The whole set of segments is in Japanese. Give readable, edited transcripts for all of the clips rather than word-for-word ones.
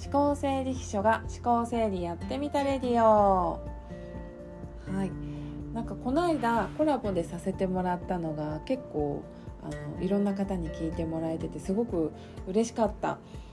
思考整理秘書が思考整理やってみたレディオ。はい、なんかこの間コラボでさせてもらったのが結構いろんな方に聞いてもらえててすごく嬉しかった。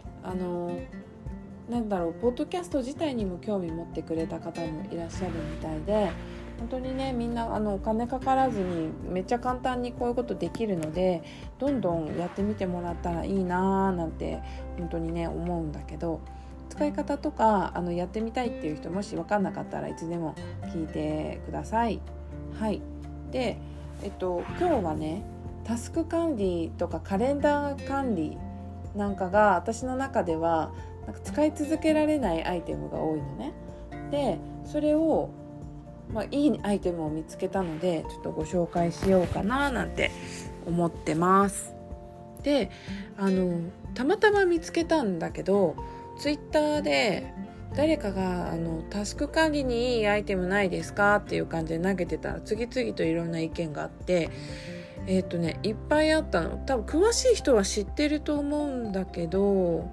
なんだろう、ポッドキャスト自体にも興味持ってくれた方もいらっしゃるみたいで、本当にね、みんなお金かからずにめっちゃ簡単にこういうことできるので、どんどんやってみてもらったらいいななんて本当にね思うんだけど、使い方とかやってみたいっていう人、もし分かんなかったらいつでも聞いてください。はい。で、今日はね、タスク管理とかカレンダー管理なんかが私の中ではなんか使い続けられないアイテムが多いのね。で、それをいいアイテムを見つけたのでちょっとご紹介しようかななんて思ってます。で、たまたま見つけたんだけど、ツイッターで誰かがタスク管理にいいアイテムないですかっていう感じで投げてたら、次々といろんな意見があって、いっぱいあったの。多分詳しい人は知ってると思うんだけど、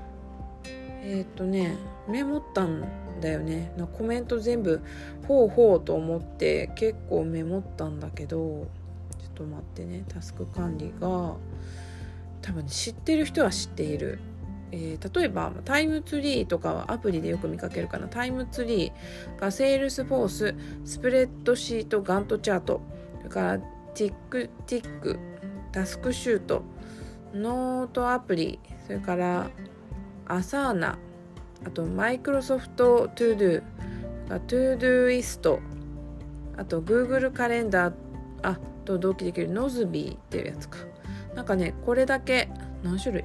メモったんだよね。コメント全部ほうと思って結構メモったんだけど、ちょっと待ってね。タスク管理が多分知ってる人は知っている。例えばタイムツリーとかはアプリでよく見かけるかな。タイムツリーがセールスフォース、スプレッドシート、ガントチャート、それからティック、タスクシュート、ノートアプリ、それからアサーナ、あとマイクロソフトトゥードゥ、トゥードゥイスト、あと Google カレンダーと同期できるノズビーっていうやつか。なんかね、これだけ何種類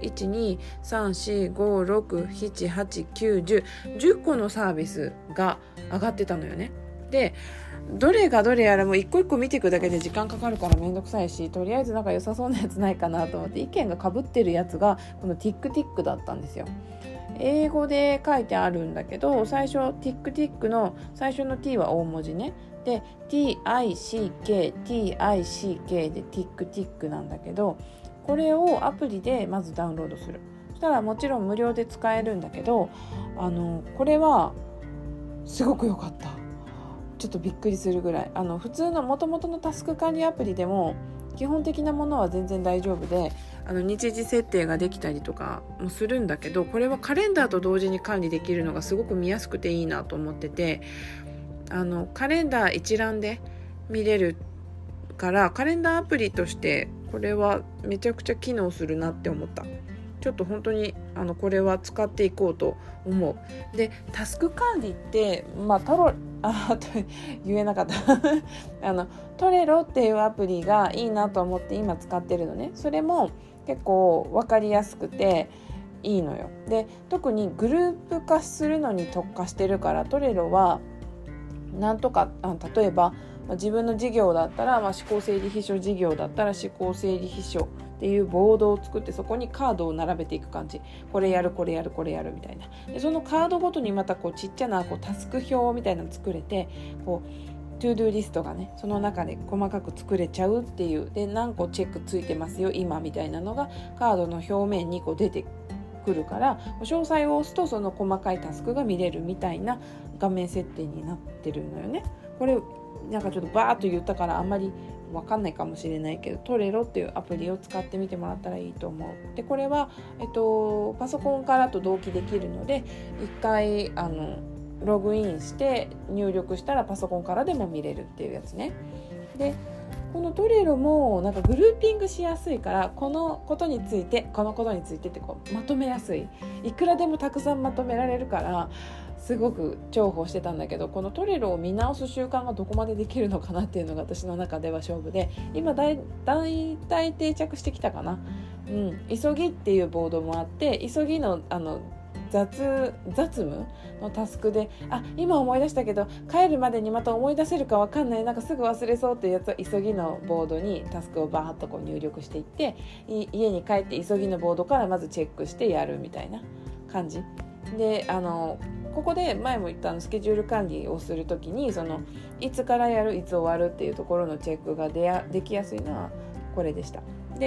1,2,3,4,5,6,7,8,9,10 個のサービスが上がってたのよね。で、どれがどれやらもう一個一個見ていくだけで時間かかるからめんどくさいし、とりあえずなんか良さそうなやつないかなと思って意見が被ってるやつがこのティックだったんですよ。英語で書いてあるんだけど、最初ティックの最初の T は大文字ね。で TICK でティックなんだけど、これをアプリでまずダウンロードする。そしたらもちろん無料で使えるんだけど、これはすごく良かった。ちょっとびっくりするぐらい、普通の元々のタスク管理アプリでも基本的なものは全然大丈夫で、日時設定ができたりとかもするんだけど、これはカレンダーと同時に管理できるのがすごく見やすくていいなと思ってて、カレンダー一覧で見れるから、カレンダーアプリとしてこれはめちゃくちゃ機能するなって思った。ちょっと本当にこれは使っていこうと思う。で、タスク管理って言えなかったトレロっていうアプリがいいなと思って今使ってるのね。それも結構分かりやすくていいのよ。で、特にグループ化するのに特化してるから、トレロはなんとか例えば自分の事業だったら、思考整理秘書事業だったら思考整理秘書っていうボードを作って、そこにカードを並べていく感じ。これやるみたいな。で、そのカードごとにまたちっちゃなタスク表みたいなの作れて、トゥードゥリストがね、その中で細かく作れちゃうっていう。で、何個チェックついてますよ今みたいなのがカードの表面に出てくるから、詳細を押すとその細かいタスクが見れるみたいな画面設定になってるのよね。これなんかちょっとバーっと言ったからあんまり分かんないかもしれないけど、トレロっていうアプリを使ってみてもらったらいいと思う。で、これは、パソコンからと同期できるので、一回ログインして入力したらパソコンからでも見れるっていうやつね。で、このトレロもなんかグルーピングしやすいから、このことについてってまとめやすい。いくらでもたくさんまとめられるからすごく重宝してたんだけど、このトレロを見直す習慣がどこまでできるのかなっていうのが私の中では勝負で、今だいたい定着してきたかな。急ぎっていうボードもあって、急ぎの雑務のタスクで、今思い出したけど帰るまでにまた思い出せるか分かんない、なんかすぐ忘れそうっていうやつは急ぎのボードにタスクをバーッと入力していって、家に帰って急ぎのボードからまずチェックしてやるみたいな感じで、ここで前も言ったスケジュール管理をするときに、いつからやるいつ終わるっていうところのチェックができやすいのはこれでした。で、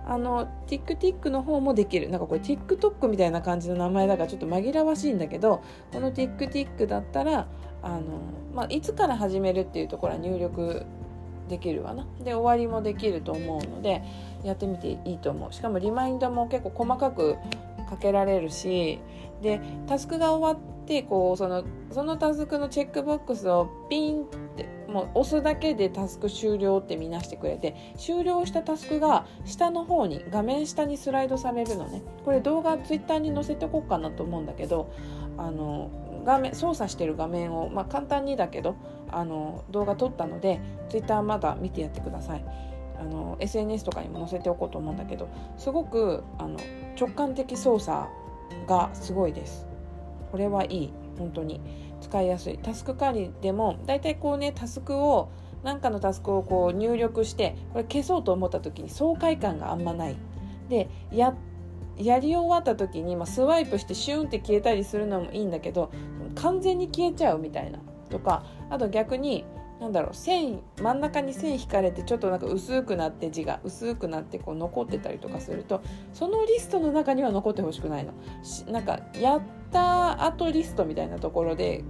TikTok の方もできる。なんかこれ TikTok みたいな感じの名前だからちょっと紛らわしいんだけど、この TikTok だったらいつから始めるっていうところは入力できるわな。で終わりもできると思うのでやってみていいと思う。しかもリマインドも結構細かくかけられるし、でタスクが終わってこうそのタスクのチェックボックスをピンってもう押すだけでタスク終了って見なしてくれて、終了したタスクが下の方に画面下にスライドされるのね。これ動画ツイッターに載せておこうかなと思うんだけど、画面操作してる画面を、簡単にだけど動画撮ったのでツイッターまだ見てやってください。SNS とかにも載せておこうと思うんだけど、すごく直感的操作がすごいです。これはいい、本当に使いやすい。タスク管理でもだいたいこうね、何かのタスクをこう入力してこれ消そうと思った時に爽快感があんまないで、やり終わった時に、スワイプしてシュンって消えたりするのもいいんだけど、完全に消えちゃうみたいなとか、あと逆に真ん中に線引かれてちょっとなんか薄くなって字が薄くなってこう残ってたりとかすると、そのリストの中には残ってほしくないの。なんかやった後リストみたいなところで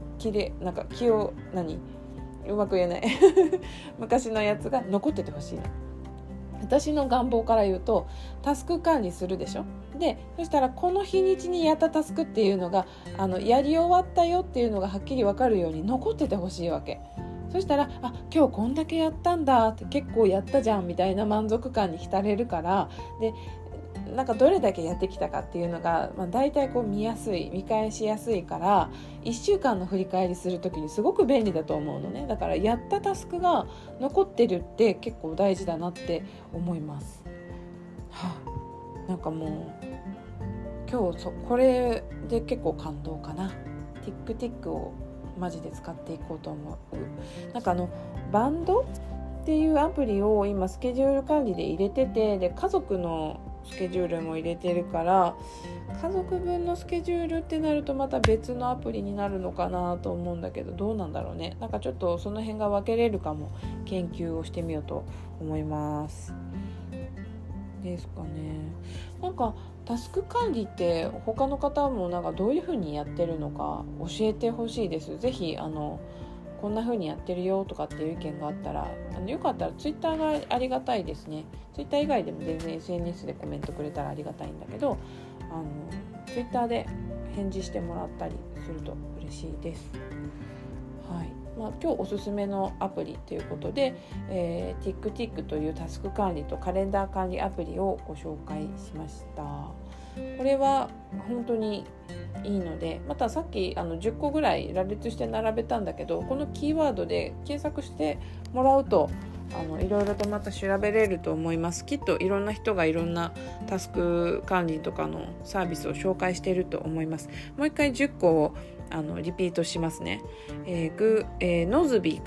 うまく言えない昔のやつが残っててほしいの。私の願望から言うと、タスク管理するでしょ。でそしたらこの日にちにやったタスクっていうのがやり終わったよっていうのがはっきり分かるように残っててほしいわけ。そしたら今日こんだけやったんだって、結構やったじゃんみたいな満足感に浸れるから、でなんかどれだけやってきたかっていうのが、だいたいこう見返しやすいから、1週間の振り返りするときにすごく便利だと思うのね。だからやったタスクが残ってるって結構大事だなって思います。なんかもう今日これで結構感動かな。TikTok をマジで使っていこうと思う。なんかバンドっていうアプリを今スケジュール管理で入れてて、で家族のスケジュールも入れてるから、家族分のスケジュールってなるとまた別のアプリになるのかなと思うんだけど、どうなんだろうね。なんかちょっとその辺が分けれるかも、研究をしてみようと思いますですかね。なんかタスク管理って他の方もなんかどういう風にやってるのか教えてほしいです。ぜひこんな風にやってるよとかっていう意見があったらよかったらツイッターがありがたいですね。ツイッター以外でも全然 SNS でコメントくれたらありがたいんだけど、ツイッターで返事してもらったりすると嬉しいです。今日おすすめのアプリということで、TikTok というタスク管理とカレンダー管理アプリをご紹介しました。これは本当にいいので、またさっき10個ぐらい羅列して並べたんだけど、このキーワードで検索してもらうといろいろとまた調べれると思います。きっといろんな人がいろんなタスク管理とかのサービスを紹介していると思います。もう一回10個をリピートしますね。ノズビ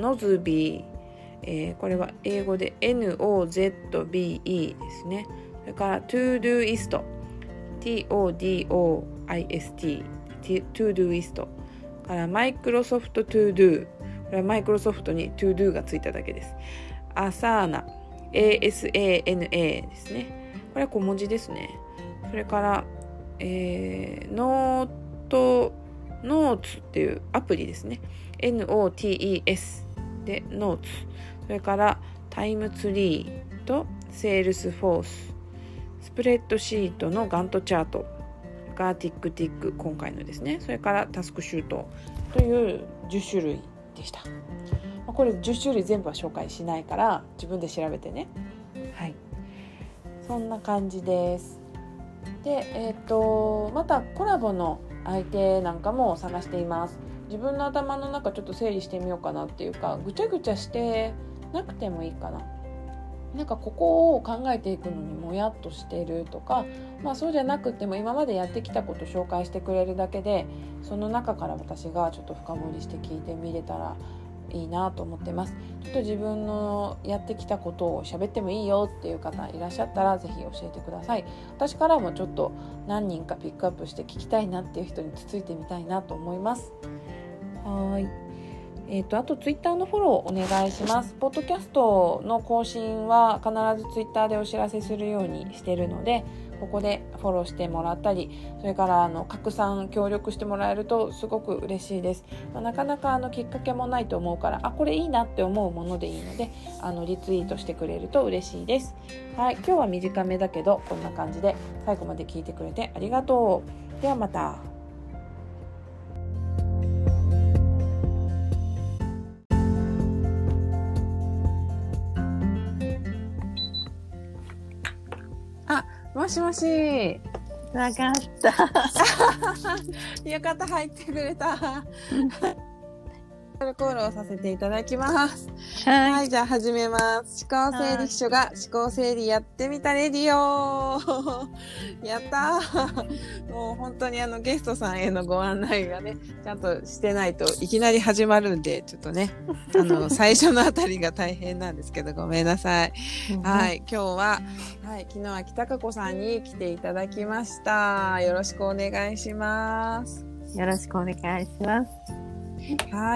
ー、これは英語で NOZBE ですね。それからTodoist TODOIST Todoist からマイクロソフト ToDo、 これはマイクロソフトに ToDo がついただけです。Asana ASANA ですね。これは小文字ですね。それから、ノーツっていうアプリですね。 NOTES でノーツ。それからタイムツリーとセールスフォース、スプレッドシートのガントチャートが TikTok 今回のですね。それからタスクシュートという10種類でした。これ10種類全部は紹介しないから自分で調べてね。そんな感じです。で、またコラボの相手なんかも探しています。自分の頭の中ちょっと整理してみようかなっていうか、ぐちゃぐちゃしてなくてもいいかな。なんかここを考えていくのにもやっとしてるとか、そうじゃなくても今までやってきたことを紹介してくれるだけで、その中から私がちょっと深掘りして聞いてみれたらいいなと思ってます。ちょっと自分のやってきたことを喋ってもいいよっていう方いらっしゃったらぜひ教えてください。私からもちょっと何人かピックアップして聞きたいなっていう人につついてみたいなと思います。 あとツイッターのフォローお願いします。ポッドキャストの更新は必ずツイッターでお知らせするようにしてるので、ここでフォローしてもらったり、それから拡散協力してもらえるとすごく嬉しいです。なかなかきっかけもないと思うから、これいいなって思うものでいいので、リツイートしてくれると嬉しいです。はい、今日は短めだけどこんな感じで最後まで聞いてくれてありがとう。ではまた。もしもし。 わかった。 よかった、入ってくれた。アルコールをさせていただきます。はい、じゃあ始めます。思考整理秘書が思考整理やってみたレディオやったー。もう本当にゲストさんへのご案内がね、ちゃんとしてないといきなり始まるんで、ちょっとね、最初のあたりが大変なんですけど、ごめんなさい。はい、今日は、昨日は北加子さんに来ていただきました。よろしくお願いします。 よろしくお願いします。 はい。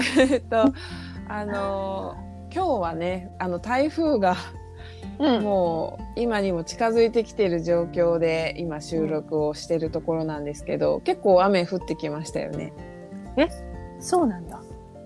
今日はね、台風が、もう今にも近づいてきている状況で今収録をしているところなんですけど、結構雨降ってきましたよね。 そうなんだ。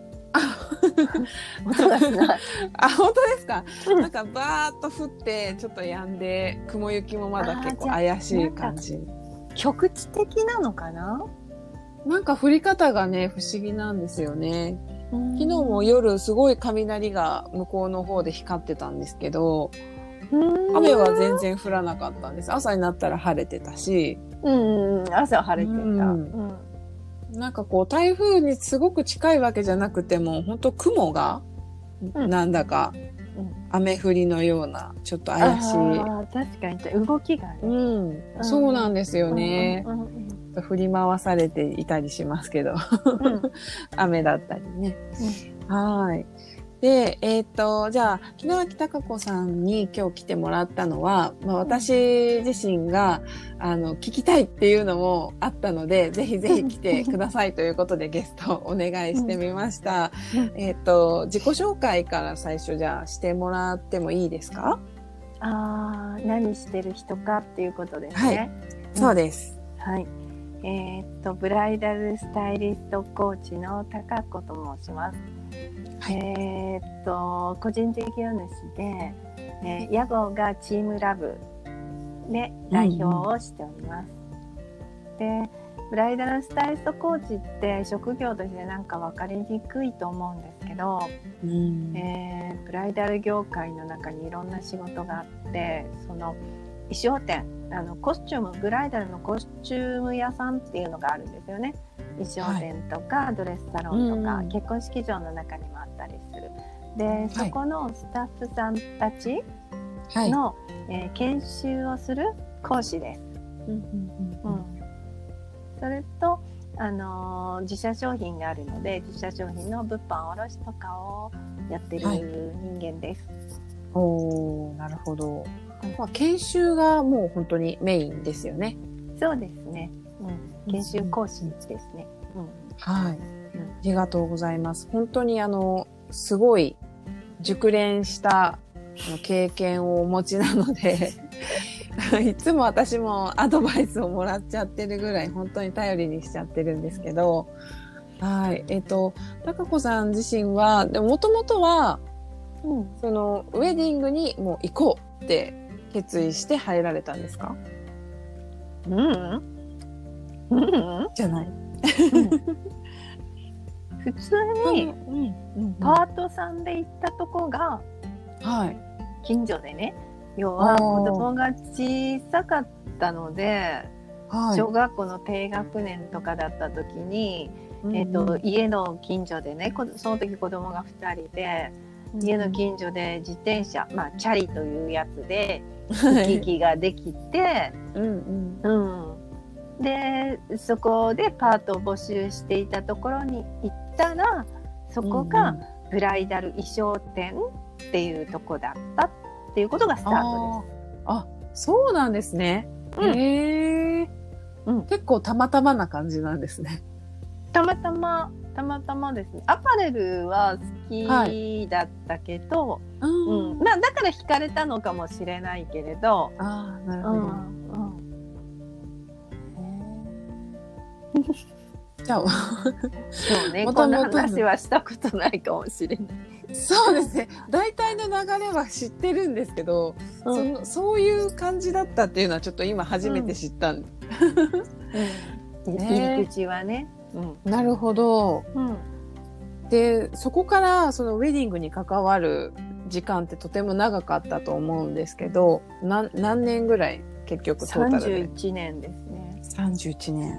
音がしない。 本当ですか？なんかバーッと降ってちょっと止んで、雲行きもまだ結構怪しい感じ。 局地的なのかな？ なんか降り方がね、不思議なんですよね。昨日も夜すごい雷が向こうの方で光ってたんですけど、雨は全然降らなかったんです。朝になったら晴れてたし。 朝晴れてた。 なんかこう台風にすごく近いわけじゃなくても、本当雲がなんだか雨降りのようなちょっと怪しい。 確かに動きがね。 そうなんですよね。振り回されていたりしますけど、雨だったりね。はい。で、じゃあ、昨日は北加子さんに今日来てもらったのは、私自身が、聞きたいっていうのもあったので、ぜひぜひ来てくださいということでゲストをお願いしてみました。自己紹介から最初じゃあしてもらってもいいですか？ 何してる人かっていうことですね。 はい。そうです。 はい。ブライダルスタイリストコーチの高子と申します。個人事業主で、屋号がチームラブで代表をしております。で、ブライダルスタイリストコーチって職業としてなんか分かりにくいと思うんですけど、ブライダル業界の中にいろんな仕事があって、その衣装店、コスチューム、ブライダルのコスチューム屋さんっていうのがあるんですよね。衣装店とか、ドレスサロンとか、結婚式場の中にもあったりする。で、そこのスタッフさんたちの、研修をする講師です。それと自社商品があるので、自社商品の物販卸とかをやってる人間です。 なるほど。研修がもう本当にメインですよね。 そうですね。研修講師ですね。 はい。ありがとうございます。本当にすごい熟練した経験をお持ちなので、いつも私もアドバイスをもらっちゃってるぐらい本当に頼りにしちゃってるんですけど、はい。高子さん自身は、もともとは、そのウェディングにもう行こうって決意して入られたんですか？じゃない。 普通にパートさんで行ったとこが近所でね、要は子供が小さかったので、小学校の低学年とかだった時に、家の近所でね、その時子供が2人で、家の近所で自転車、チャリというやつで行き来ができて、でそこでパートを募集していたところに行ったら、そこがブライダル衣装店っていうとこだったっていうことがスタートです。そうなんですね。へえ。結構たまたまな感じなんですね。 たまたまたまたまですね、アパレルは好きだったけど、まあだから惹かれたのかもしれないけれど、 ああ、なるほど。じゃあそうね、こんな話はしたことないかもしれない。 そうですね。大体の流れは知ってるんですけど、そういう感じだったっていうのはちょっと今初めて知った。 入り口はね。 なるほど。で、そこからそのウェディングに関わる時間ってとても長かったと思うんですけど、何年ぐらい結局トータルで ？31年ですね。 31年。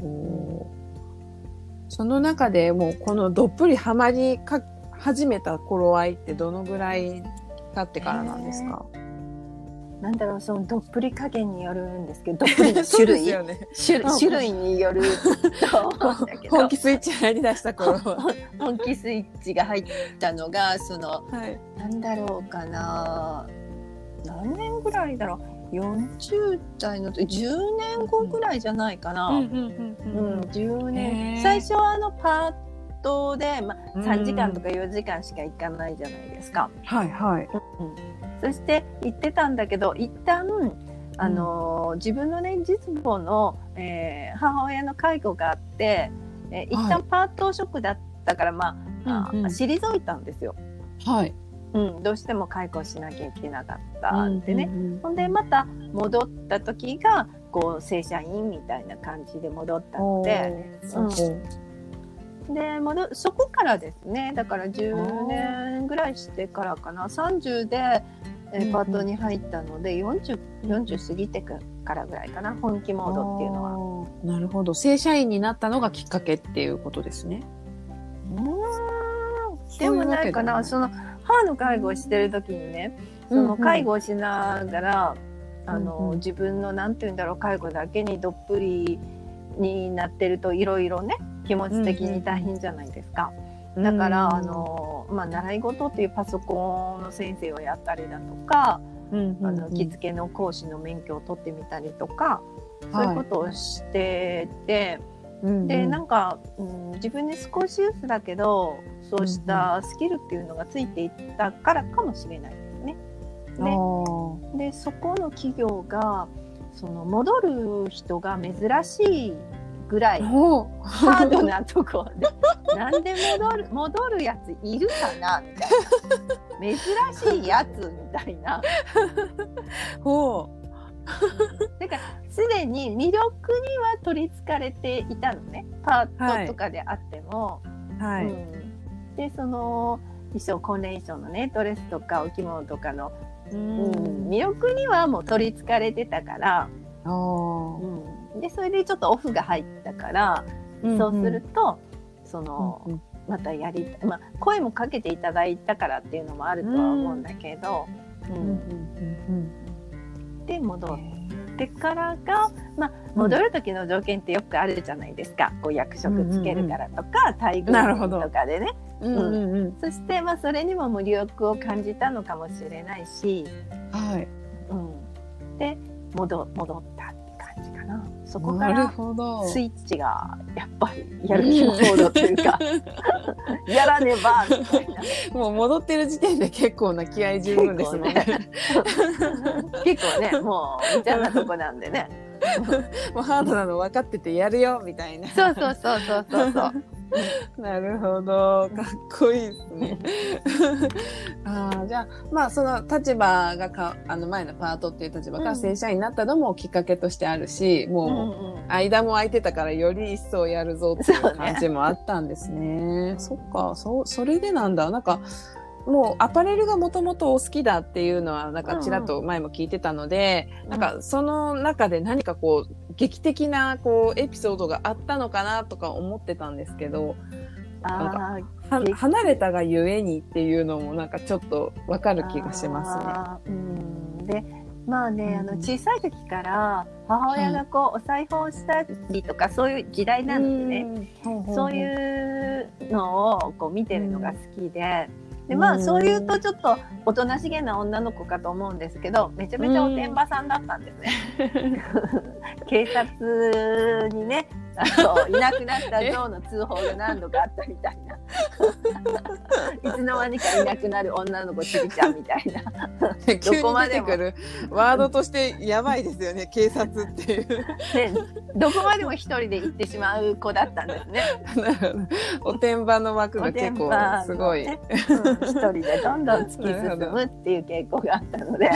その中でもうこのどっぷりハマり始めた頃合いってどのぐらい経ってからなんですか？ なんだろう、そのどっぷり加減によるんですけど、どっぷりの種類、種類によると思うんだけど、 本気スイッチ入り出した頃は本気スイッチが入ったのがその、なんだろうかな、何年ぐらいだろう、40代の10年後ぐらいじゃないかな。10年。最初はパートで、3時間とか4時間しか行かないじゃないですか。そして行ってたんだけど、一旦自分のね、実母の、母親の介護があって、一旦パート職だったから、退いたんですよ。どうしても介護しなきゃいけなかったんでね。ほんでまた戻った時がこう正社員みたいな感じで戻ったので、でそこからですね、だから10年ぐらいしてからかな、30でパートに入ったので、40過ぎてからぐらいかな、本気モードっていうのは。 なるほど。正社員になったのがきっかけっていうことですね。 でもないかな、その母の介護をしてる時にね、その介護をしながら、自分のなんていうんだろう、介護だけにどっぷりになってるといろいろね、気持ち的に大変じゃないですか。だから習い事っていうパソコンの先生をやったりだとか、着付けの講師の免許を取ってみたりとか、そういうことをしてて、でなんか、自分に少しずつだけどそうしたスキルっていうのがついていったからかもしれないですね。でそこの企業がその戻る人が珍しいぐらいハードなところでなんで戻るやついるかなみたいな、珍しいやつみたいなだからすでに魅力には取りつかれていたのね、パートとかであっても。でその衣装、婚礼衣装のね、ドレスとかお着物とかの、魅力にはもう取りつかれてたから、でそれでちょっとオフが入ったから、そうするとその、またやりたい、声もかけていただいたからっていうのもあるとは思うんだけど、で戻ってからが、戻る時の条件ってよくあるじゃないですか。こう役職つけるからとか、待遇とかでね。そしてそれにも無力を感じたのかもしれないし、で戻ったって感じかな。そこからスイッチがやっぱりやる気モードというかやらねばみたいな。 もう戻ってる時点で結構な気合い十分ですね。 結構ね、もうみたいなとこなんでね。 もうハードなの分かっててやるよみたいな。 そうなるほど、かっこいいですね。じゃあその立場が前のパートっていう立場から正社員になったのもきっかけとしてあるし、もう間も空いてたからより一層やるぞっていう感じもあったんですね。そっか、それでなんだ。なんかもうアパレルがもともとお好きだっていうのはなんかちらっと前も聞いてたので、なんかその中で何かこう劇的なこうエピソードがあったのかなとか思ってたんですけど、なんか離れたがゆえにっていうのもなんかちょっとわかる気がしますね。 で小さい時から母親がこうお裁縫をしたりとかそういう時代なのでね、そういうのをこう見てるのが好きで。でそういうとちょっとおとなしげな女の子かと思うんですけど、めちゃめちゃおてんばさんだったんですね。警察にねいなくなった象の通報が何度かあったみたいな。いつの間にかいなくなる女の子ちびちゃんみたいな。 急に出てくるワードとしてやばいですよね、警察っていう。 でどこまでも一人で行ってしまう子だったんですね。 なるほど。おてんばの枠が結構すごい。 一人でどんどん突き進むっていう傾向があったので。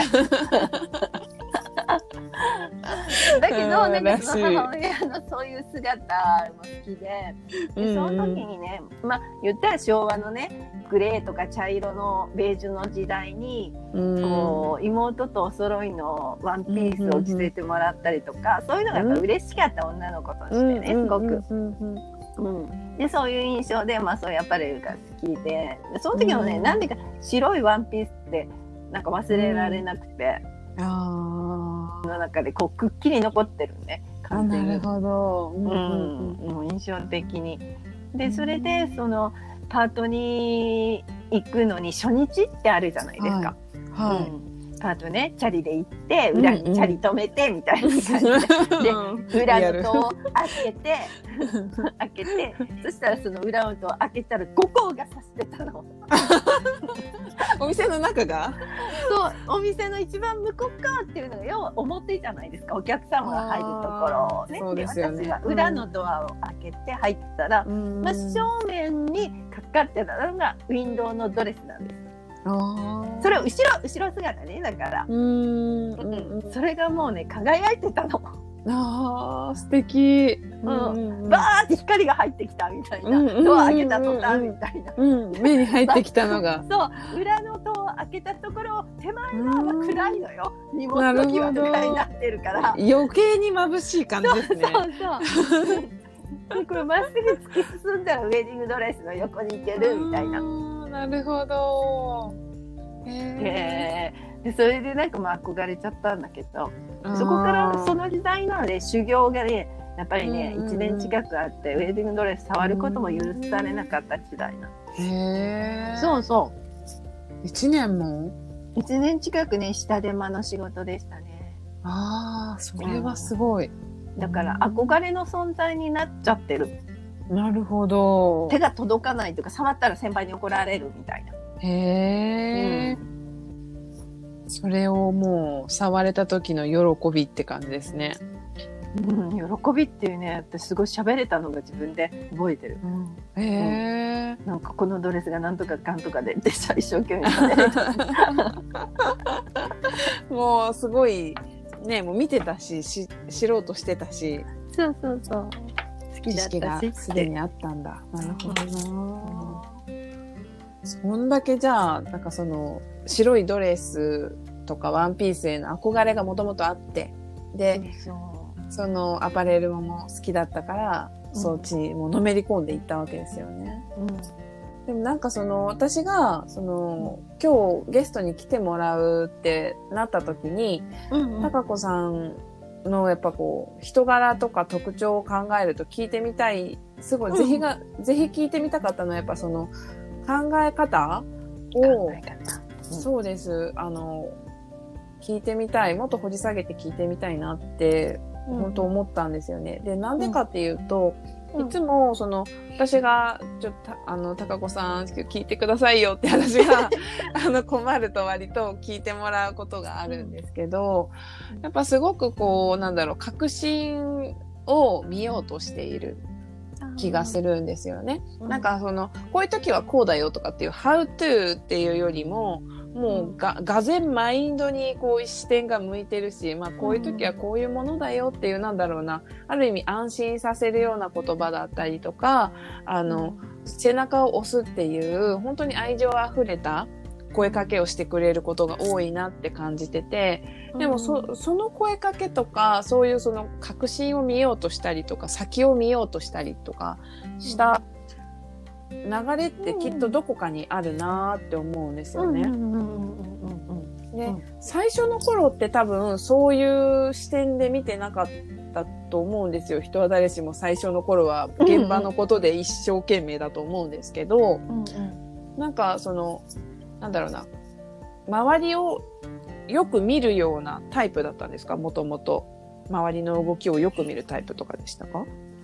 だけどなんかその母親のそういう姿も好きで、その時にね、まあ言ったら昭和のねグレーとか茶色のベージュの時代に、こう妹とお揃いのワンピースを着せてもらったりとか、そういうのがやっぱ嬉しかった女の子としてね、すごく。でそういう印象で、まあ、そういうアパレルが好きで、その時のね、なんでか白いワンピースってなんか忘れられなくて、の中でこうくっきり残ってるね感じ。 なるほど。 もう印象的に。でそれでそのパートに行くのに初日ってあるじゃないですか。パートね、チャリで行って裏にチャリ止めてみたいな感じで、裏の戸を開けてそしたらその裏の戸を開けたら5校がさしてたの。 お店の中がそう、お店の一番向こう側っていうのが要は表じゃないですか、お客様が入るところね。 そうですよね。 で私は裏のドアを開けて入ったら、真正面にかかってたのがウィンドウのドレスなんです。それを後ろ姿ね、だからそれがもうね輝いてたの。 素敵。 バーって光が入ってきたみたいな、ドア開けた途端みたいな、 目に入ってきたのがそう裏の戸を開けたところ手前側は暗いのよ。荷物置き場とかになってるから余計に眩しい感じですね。 そうこれまっすぐ突き進んだらウェディングドレスの横に行けるみたいな。 なるほど。 でそれでなんかまあ憧れちゃったんだけど、そこからその時代なので修行がねやっぱりね1年近くあって、ウェディングドレス触ることも許されなかった時代なの。そうそう 1年も 1年近くね下手間の仕事でしたね。 それはすごい。 だから憧れの存在になっちゃってる。 なるほど。 手が届かないとか触ったら先輩に怒られるみたいな。 それをもう触れた時の喜びって感じですね。 喜びっていうね、私すごい喋れたのが自分で覚えてる。なんかこのドレスがなんとかかんとかでって一生懸命喋れた。 もうすごいね、もう見てたし、知ろうとしてたし。 そう好きだったし、 すでにあったんだ。なるほどな。そんだけじゃあなんかその白いドレスとかワンピースへの憧れがもともとあって、でそのアパレルも好きだったから、そっちにもうのめり込んでいったわけですよね。でもなんかその私がその今日ゲストに来てもらうってなった時に、貴子さんのやっぱこう人柄とか特徴を考えると聞いてみたい、すごいぜひ聞いてみたかったのはやっぱその考え方を、そうです。聞いてみたい。もっと掘り下げて聞いてみたいなって、本当思ったんですよね。で、なんでかっていうと、いつも、私が、貴子さん、聞いてくださいよって話が、困ると割と聞いてもらうことがあるんですけど、やっぱすごくこう、確信を見ようとしている気がするんですよね。なんかこういう時はこうだよとかっていう how to っていうよりも、もうがぜんマインドにこう視点が向いてるし、まあこういう時はこういうものだよっていう、なんだろうな、ある意味安心させるような言葉だったりとか、背中を押すっていう本当に愛情あふれた声かけをしてくれることが多いなって感じてて、でもその声かけとか、そういうその確信を見ようとしたりとか、先を見ようとしたりとかした流れってきっとどこかにあるなって思うんですよね。で、最初の頃って多分そういう視点で見てなかったと思うんですよ。人は誰しも最初の頃は現場のことで一生懸命だと思うんですけど、なんかなんだろうな、周りをよく見るようなタイプだったんですか？もともと周りの動きをよく見るタイプとかでしたか？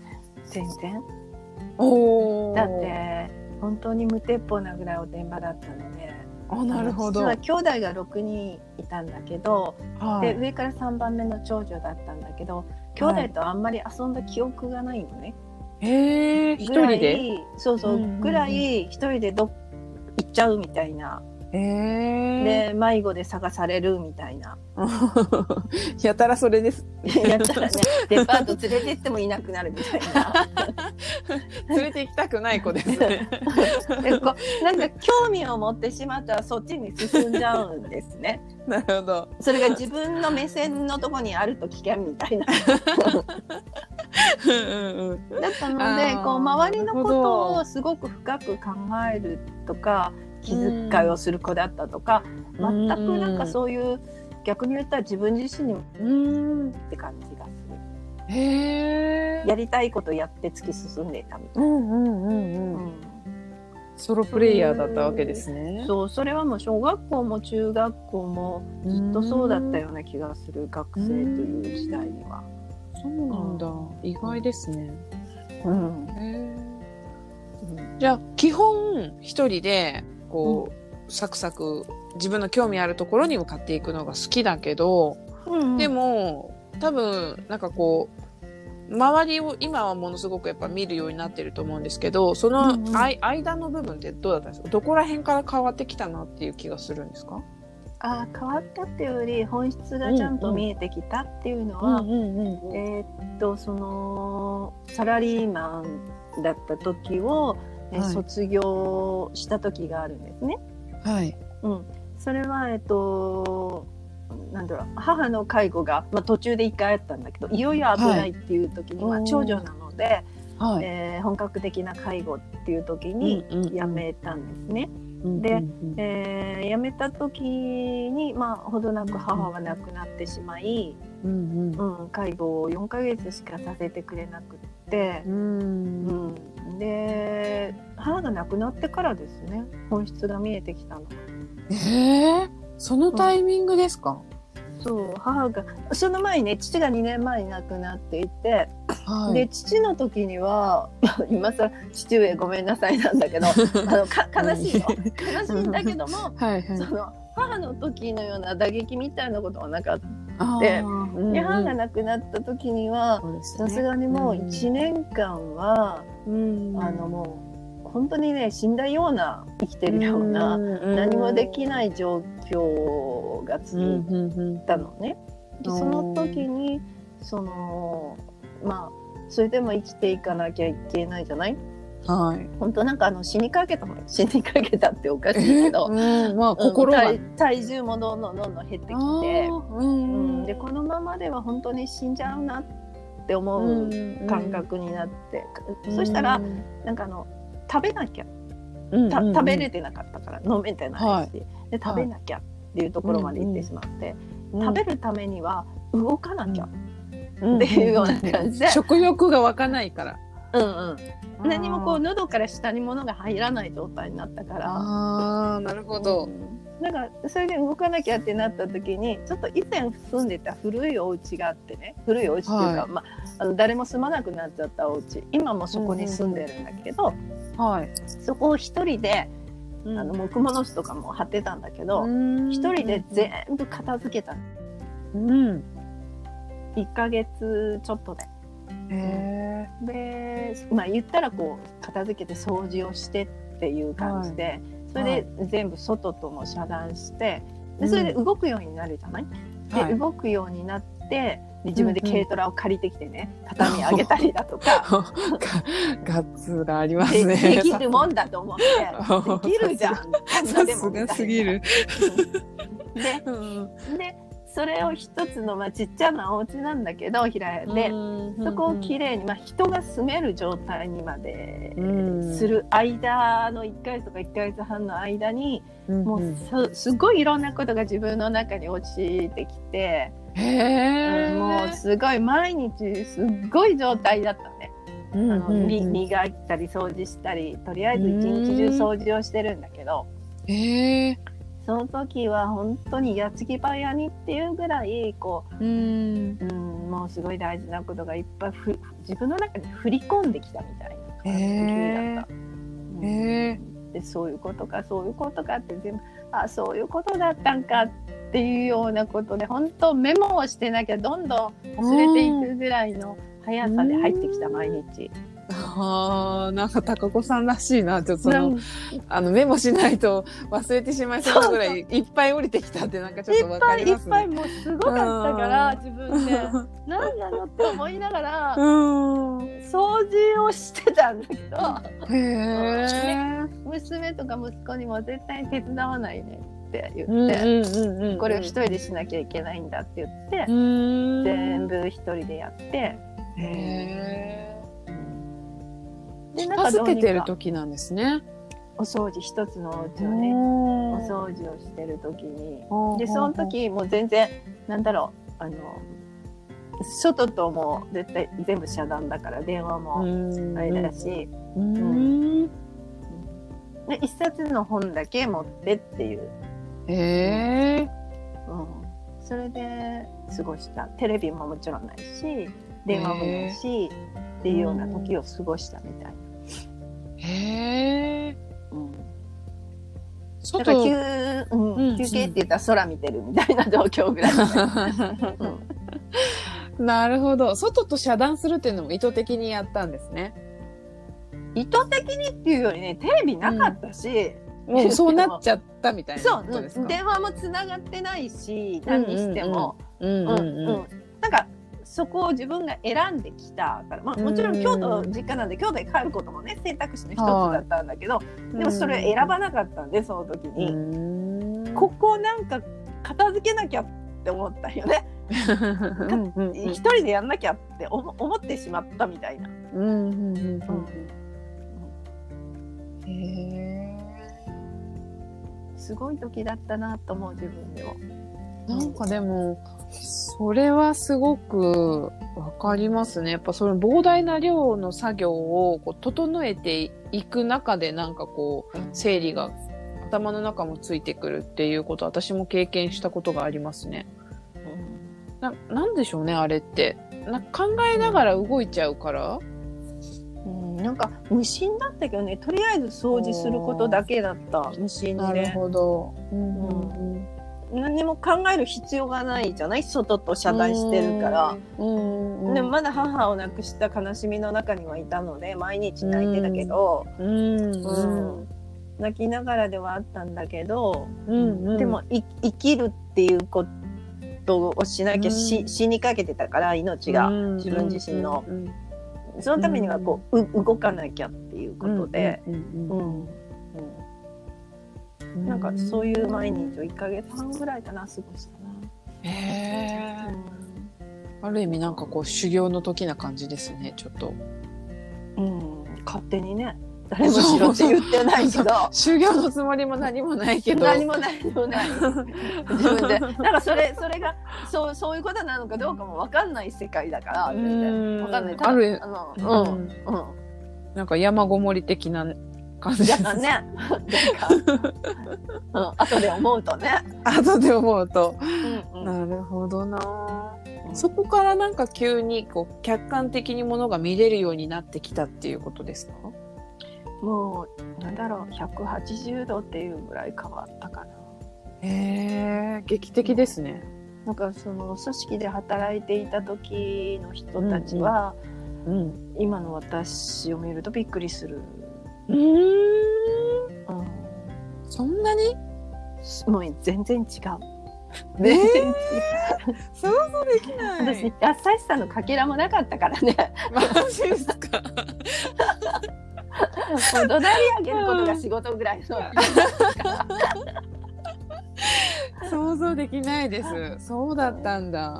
全然。 おだって本当に無鉄砲なぐらいおてんばだったので。 なるほど。 実は兄弟が6人いたんだけど、で上から3番目の長女だったんだけど、兄弟とあんまり遊んだ記憶がないのね。 一人で？ そうそう、ぐらい一人で行っちゃうみたいな。で迷子で探されるみたいな。 やたらそれです。 やったらね、デパート連れてってもいなくなるみたいな。 連れて行きたくない子ですね。 なんか興味を持ってしまったらそっちに進んじゃうんですね。 なるほど。 それが自分の目線のところにあると危険みたいな。だったのでこう周りのことをすごく深く考えるとか気遣いをする子だったとか、全くなんかそういう逆に言ったら自分自身にって感じがする。やりたいことやって突き進んでいたみたいな。 ソロプレイヤーだったわけですね。 そう、それはもう小学校も中学校もずっとそうだったような気がする、学生という時代には。 そうなんだ、意外ですね。じゃあ基本一人でこう、サクサク自分の興味あるところに向かっていくのが好きだけど、でも多分なんかこう周りを今はものすごくやっぱ見るようになってると思うんですけど、その間の部分ってどうだったんですか？どこら辺から変わってきたなっていう気がするんですか？ 変わったっていうより本質がちゃんと見えてきたっていうのは、そのサラリーマンだった時を、卒業した時があるんですね。それはなんだろう、母の介護が、途中で1回あったんだけど、いよいよ危ないっていう時に、長女なので、本格的な介護っていう時に辞めたんですね。で、辞めた時に、ほどなく母は亡くなってしまい、介護を4ヶ月しかさせてくれなくって、で母が亡くなってからですね、本質が見えてきたの。 そのタイミングですか？ そう、母がその前にね、父が2年前に亡くなっていて、で父の時には今さ父上ごめんなさいなんだけど悲しいよ悲しいんだけどもその母の時のような打撃みたいなことはなかった。で母が亡くなった時にはさすがにもう1年間は、もう本当にね、死んだような生きてるような何もできない状況が続いたのね。でその時にそれでも生きていかなきゃいけないじゃない。本当なんか死にかけたっておかしいけど、心が体重もどんどん減ってきて、でこのままでは本当に死んじゃうなって思う感覚になって、そしたらなんか食べなきゃ、食べれてなかったから飲めてないし、で食べなきゃっていうところまで行ってしまって、食べるためには動かなきゃっていうような感じで、 食欲が湧かないから、 何もこう喉から下に物が入らない状態になったから。 なるほど。 だからそれで動かなきゃってなった時に、ちょっと以前住んでた古いお家があってね、古いお家っていうか、誰も住まなくなっちゃったお家、今もそこに住んでるんだけど、そこを一人で木物巣とかも張ってたんだけど、一人で全部片付けた。1ヶ月ちょっとで。で言ったらこう片付けて掃除をしてっていう感じで、それで全部外とも遮断して、でそれで動くようになるじゃない。で動くようになって、自分で軽トラを借りてきてね、畳上げたりだとかガッツがありますね。 できるもんだと思ってできるじゃん、 さすがすぎる。 でそれを一つのちっちゃなお家なんだけど平屋で、そこをきれいに、人が住める状態にまでする間の1ヶ月とか1ヶ月半の間に、もうすごいいろんなことが自分の中に落ちてきて、もうすごい毎日すっごい状態だったね。磨いたり掃除したり、とりあえず一日中掃除をしてるんだけど、その時は本当に矢継ぎ早にっていうぐらいこう、ものすごい大事なことがいっぱい自分の中に振り込んできたみたいな感じだった。でそういうことかそういうことかって全部そういうことだったんかっていうようなことで本当メモをしてなきゃどんどん忘れていくぐらいの速さで入ってきた毎日。 なんか高子さんらしいな。ちょっとメモしないと忘れてしまいそうなぐらいいっぱい降りてきたってなんかちょっとわかりますね。 いっぱいもうすごかったから自分で何なのって思いながら掃除をしてたんだけど娘とか息子にも絶対に手伝わないねって言ってこれを一人でしなきゃいけないんだって言って全部一人でやって片付けてる時なんですね。 お掃除一つのお家をねお掃除をしてる時にでその時もう全然なんだろう外とも絶対全部遮断だから電話もあれだしで一冊の本だけ持ってっていうそれで過ごした。テレビももちろんないし電話もないしっていうような時を過ごしたみたいな。だから休憩って言ったら空見てるみたいな状況ぐらい、 なるほど。外と遮断するっていうのも意図的にやったんですね。 意図的にっていうよりねテレビなかったし、 もうそうなっちゃったみたいなことですか。 電話もつながってないし何にしてもなんかそこを自分が選んできたから、もちろん京都実家なんで京都に帰ることもね選択肢の一つだったんだけど、でもそれを選ばなかったんでその時にここなんか片付けなきゃって思ったよね一人でやんなきゃって思ってしまったみたいな。すごい時だったなと思う自分でも。 なんかでもそれはすごくわかりますね。やっぱその膨大な量の作業をこう整えていく中でなんかこう整理が頭の中もついてくるっていうこと私も経験したことがありますね。なんでしょうねあれって考えながら動いちゃうから、 なんか無心だったけどねとりあえず掃除することだけだった無心で。 なるほど。 何も考える必要がないじゃない外と遮断してるから。でもまだ母を亡くした悲しみの中にはいたので毎日泣いてたけど泣きながらではあったんだけど、でも生きるっていうことをしなきゃ死にかけてたから命が自分自身のそのためにはこう動かなきゃっていうことでなんかそういう毎日を1ヶ月半ぐらいかな過ごしたな。 ある意味なんかこう修行の時な感じですねちょっと。 勝手にね誰もしろって言ってないけど修行のつもりも何もないけど何もない自分でなんかそれがそういうことなのかどうかも分かんない世界だから全然分かんない。 あるなんか山ごもり的な感じですね。後で思うとね。 後で思うと、なるほどな。そこからなんか急にこう客観的にものが見れるようになってきたっていうことですか？ もうなんだろう180度っていうぐらい変わったかな。劇的ですね。 なんかその組織で働いていた時の人たちは、今の私を見るとびっくりする。 そんなに？ もう全然違う。 想像できない。 私優しさのかけらもなかったからね。 マジですか？ もう怒鳴り上げることが仕事ぐらいの。 想像できないです。そうだったんだ。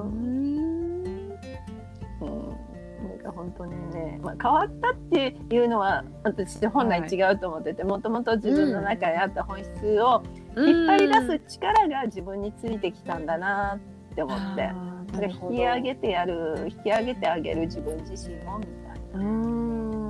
なんか本当にね、変わったっていうのは私本来違うと思ってて、もともと自分の中にあった本質を引っ張り出す力が自分についてきたんだなって思って、引き上げてあげる自分自身もみたいな。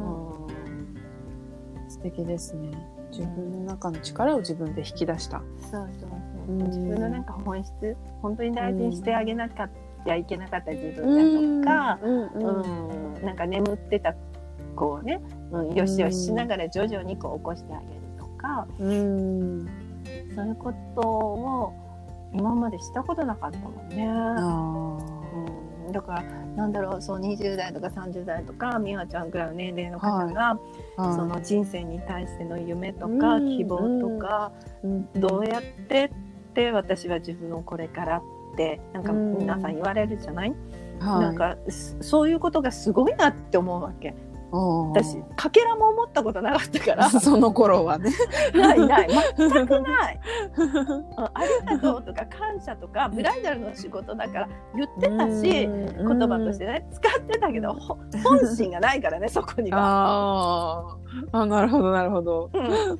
素敵ですね。自分の中の力を自分で引き出した。 そう。自分のなんか本質本当に大事にしてあげなきゃってはいけなかった自分だとか、 うんなんか眠ってたこうね、よしよししながら徐々にこう起こしてあげるとか、そういうことを今までしたことなかったもんね。だからなんだろう、そう20代とか30代とか美和ちゃんくらいの年齢の方が、その人生に対しての夢とか希望とか、どうやって私は自分をこれからってなんか皆さん言われるじゃない、なんかそういうことがすごいなって思うわけ。私かけらも思ったことなかったからその頃はねない全くないありがとうとか感謝とかブライダルの仕事だから言ってたし、言葉としてね使ってたけど本心がないからねそこには。 なるほどなるほど、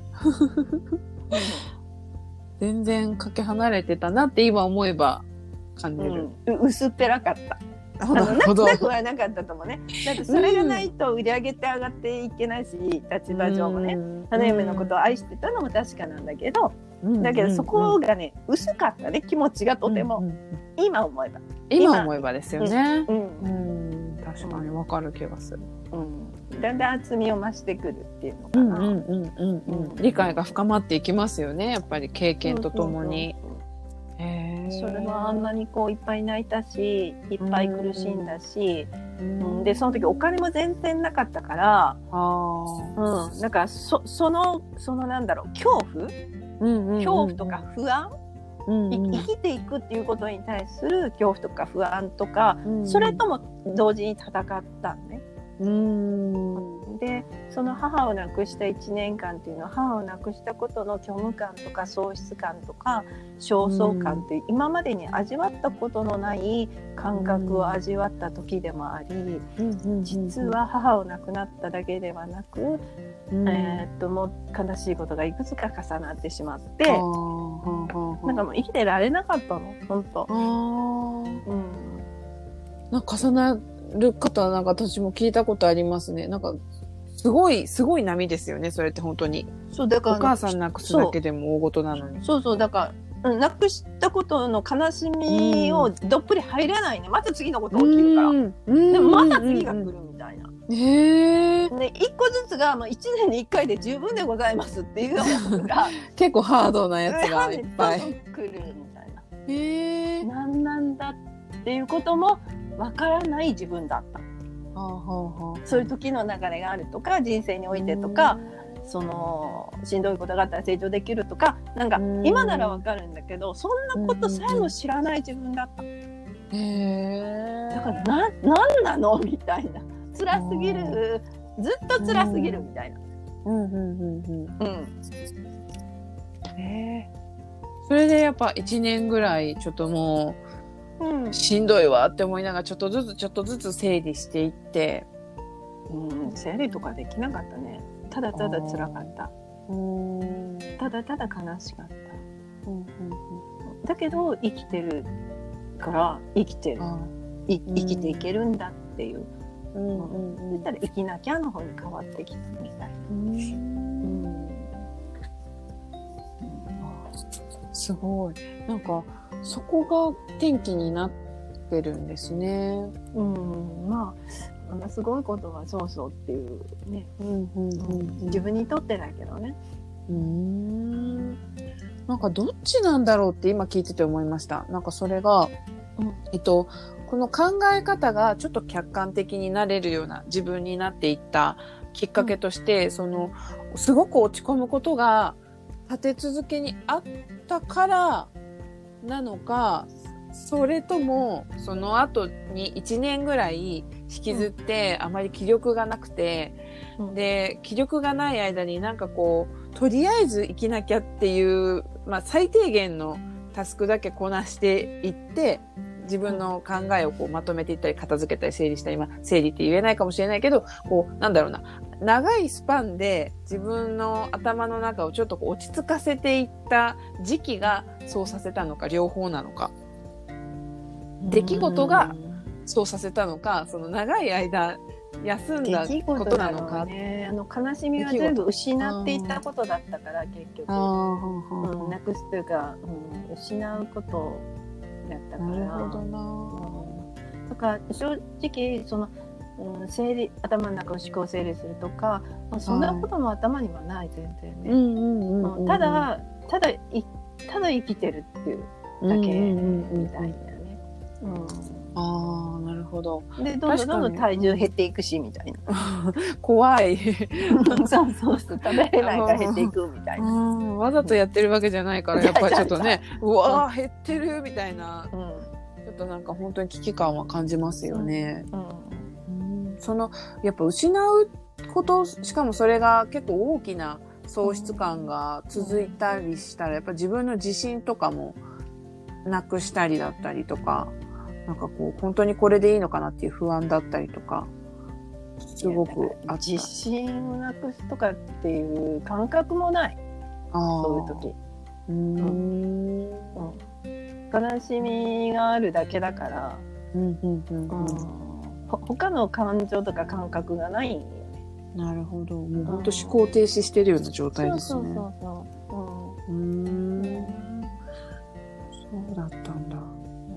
全然かけ離れてたなって今思えば感じる、 薄っぺらかった。なくはなかったと思うね。だってそれがないと売り上げって上がっていけないし、立場上もね、花嫁のことを愛してたのも確かなんだけど、だけどそこがね薄かったね、気持ちがとても、今思えばですよね。確かにわかる気がする。 だんだん厚みを増してくるっていうのかな。 理解が深まっていきますよね、やっぱり経験とともに。 それはあんなにこういっぱい泣いたし、いっぱい苦しんだし、でその時お金も全然なかったから、なんかそのなんだろう、恐怖とか不安、生きていくっていうことに対する恐怖とか不安とか、それとも同時に戦ったのね。でその母を亡くした1年間っていうのは、母を亡くしたことの虚無感とか喪失感とか焦燥感っていう今までに味わったことのない感覚を味わった時でもあり、実は母を亡くなっただけではなく、もう悲しいことがいくつか重なってしまって、なんかもう生きてられなかったの本当。 なんか重なる方はなんか私も聞いたことありますね。なんかすごい波ですよね、それって本当に。 そうだからお母さん亡くすだけでも大事なのに。 そうだから亡くしたことの悲しみをどっぷり入れないね。また次のこと起きるから。でもまた次が来るみたいな。で一個ずつが1年に1回で十分でございますっていうのが結構ハードなやつがいっぱい来るみたいな。なんだっていうこともわからない自分だった。そういう時の流れがあるとか、人生においてとか、そのしんどいことがあったら成長できるとか、なんか今ならわかるんだけど、そんなことさえも知らない自分だった。だからなんなのみたいな、辛すぎる、ずっと辛すぎるみたいな。 それでやっぱ1年ぐらいちょっともうしんどいわって思いながらちょっとずつ整理していって、 整理とかできなかったね。ただただ辛かった。ただただ悲しかった。だけど生きてるから生きていけるんだっていう。そしたら生きなきゃの方に変わってきたみたいな。すごい。なんかそこが転機になってるんですね。 まあすごいことはそうっていうね。自分にとってだけどね。 なんかどっちなんだろうって今聞いてて思いました。なんかそれが、この考え方がちょっと客観的になれるような自分になっていったきっかけとして、そのすごく落ち込むことが立て続けにあったからなのか、それともその後に1年ぐらい引きずってあまり気力がなくて、で気力がない間になんかこうとりあえず生きなきゃっていう、最低限のタスクだけこなしていって自分の考えをこうまとめていったり片付けたり整理したり、整理って言えないかもしれないけど、こうなんだろうな、長いスパンで自分の頭の中をちょっとこう落ち着かせていった時期がそうさせたのか、両方なのか、出来事がそうさせたのか、その長い間休んだことなのか。 悲しみは全部失っていったことだったから、結局なくすというか、失うことだったから。 なるほどな。 だから正直整理、頭の中を思考整理するとか、そんなことも頭にはない全然ね。ただ生きてるっていうだけみたいなね。 ああ、なるほど。 でどんどん体重減っていくしみたいな。 怖い。 そう食べれないから減っていくみたいな。 わざとやってるわけじゃないからやっぱりちょっとね、うわー減ってるみたいな、ちょっとなんか本当に危機感は感じますよね。やっぱ失うこと、しかもそれが結構大きな喪失感が続いたりしたら、やっぱ自分の自信とかもなくしたりだったりとか、なんかこう本当にこれでいいのかなっていう不安だったりとかすごくあった。 自信をなくすとかっていう感覚もない。そういう時悲しみがあるだけだから、他の感情とか感覚がないんよね。 なるほど。もう本当思考停止してるような状態ですね。そうだったんだ。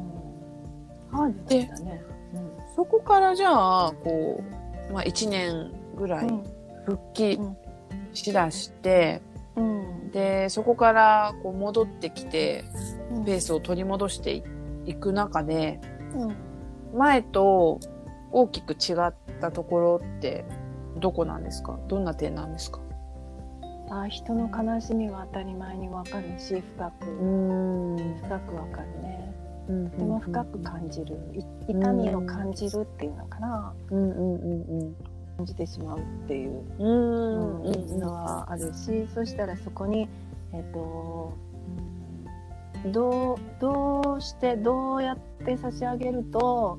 で、そこからじゃあこう、1年ぐらい復帰しだして、でそこからこう戻ってきてペースを取り戻していく中で、前と大きく違ったところってどこなんですか？どんな点なんですか？ 人の悲しみは当たり前に分かるし、深く分かるね。とても深く感じる、痛みを感じるっていうのかな、感じてしまうっていうのはあるし、そしたらそこにどうやって差し上げると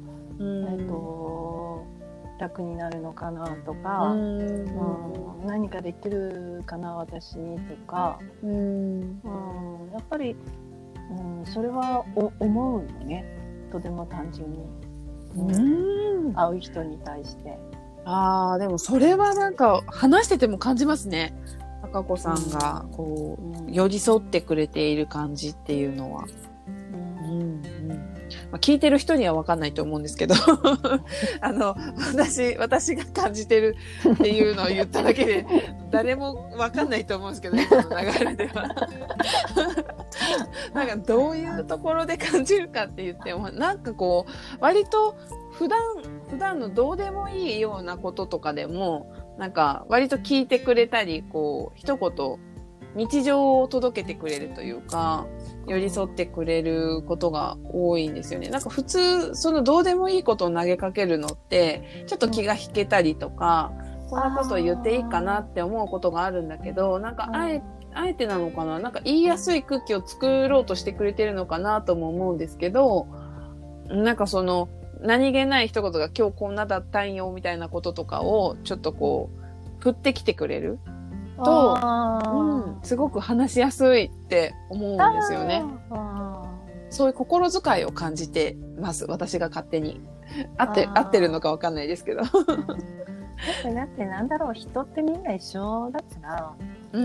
楽になるのかなとか、何かできるかな私にとか、やっぱり、それは思うのね、とても単純に、会う人に対して。 でもそれはなんか話してても感じますね。貴子さんがこう、寄り添ってくれている感じっていうのは。聞いてる人には分かんないと思うんですけど私が感じてるっていうのを言っただけで誰も分かんないと思うんですけど、今の流れではなんかどういうところで感じるかって言っても、なんかこう割と普段のどうでもいいようなこととかでもなんか割と聞いてくれたり、こう一言日常を届けてくれるというか、寄り添ってくれることが多いんですよね。なんか普通、そのどうでもいいことを投げかけるのって、ちょっと気が引けたりとか、こんなことを言っていいかなって思うことがあるんだけど、なんかあえてなのかな、なんか言いやすい空気を作ろうとしてくれてるのかなとも思うんですけど、なんかその、何気ない一言が今日こんなだったんよみたいなこととかをちょっとこう、振ってきてくれると、すごく話しやすいって思うんですよね。そういう心遣いを感じてます、私が勝手に。合ってるのかわかんないですけど。だってなんだろう、人ってみんな一緒だから、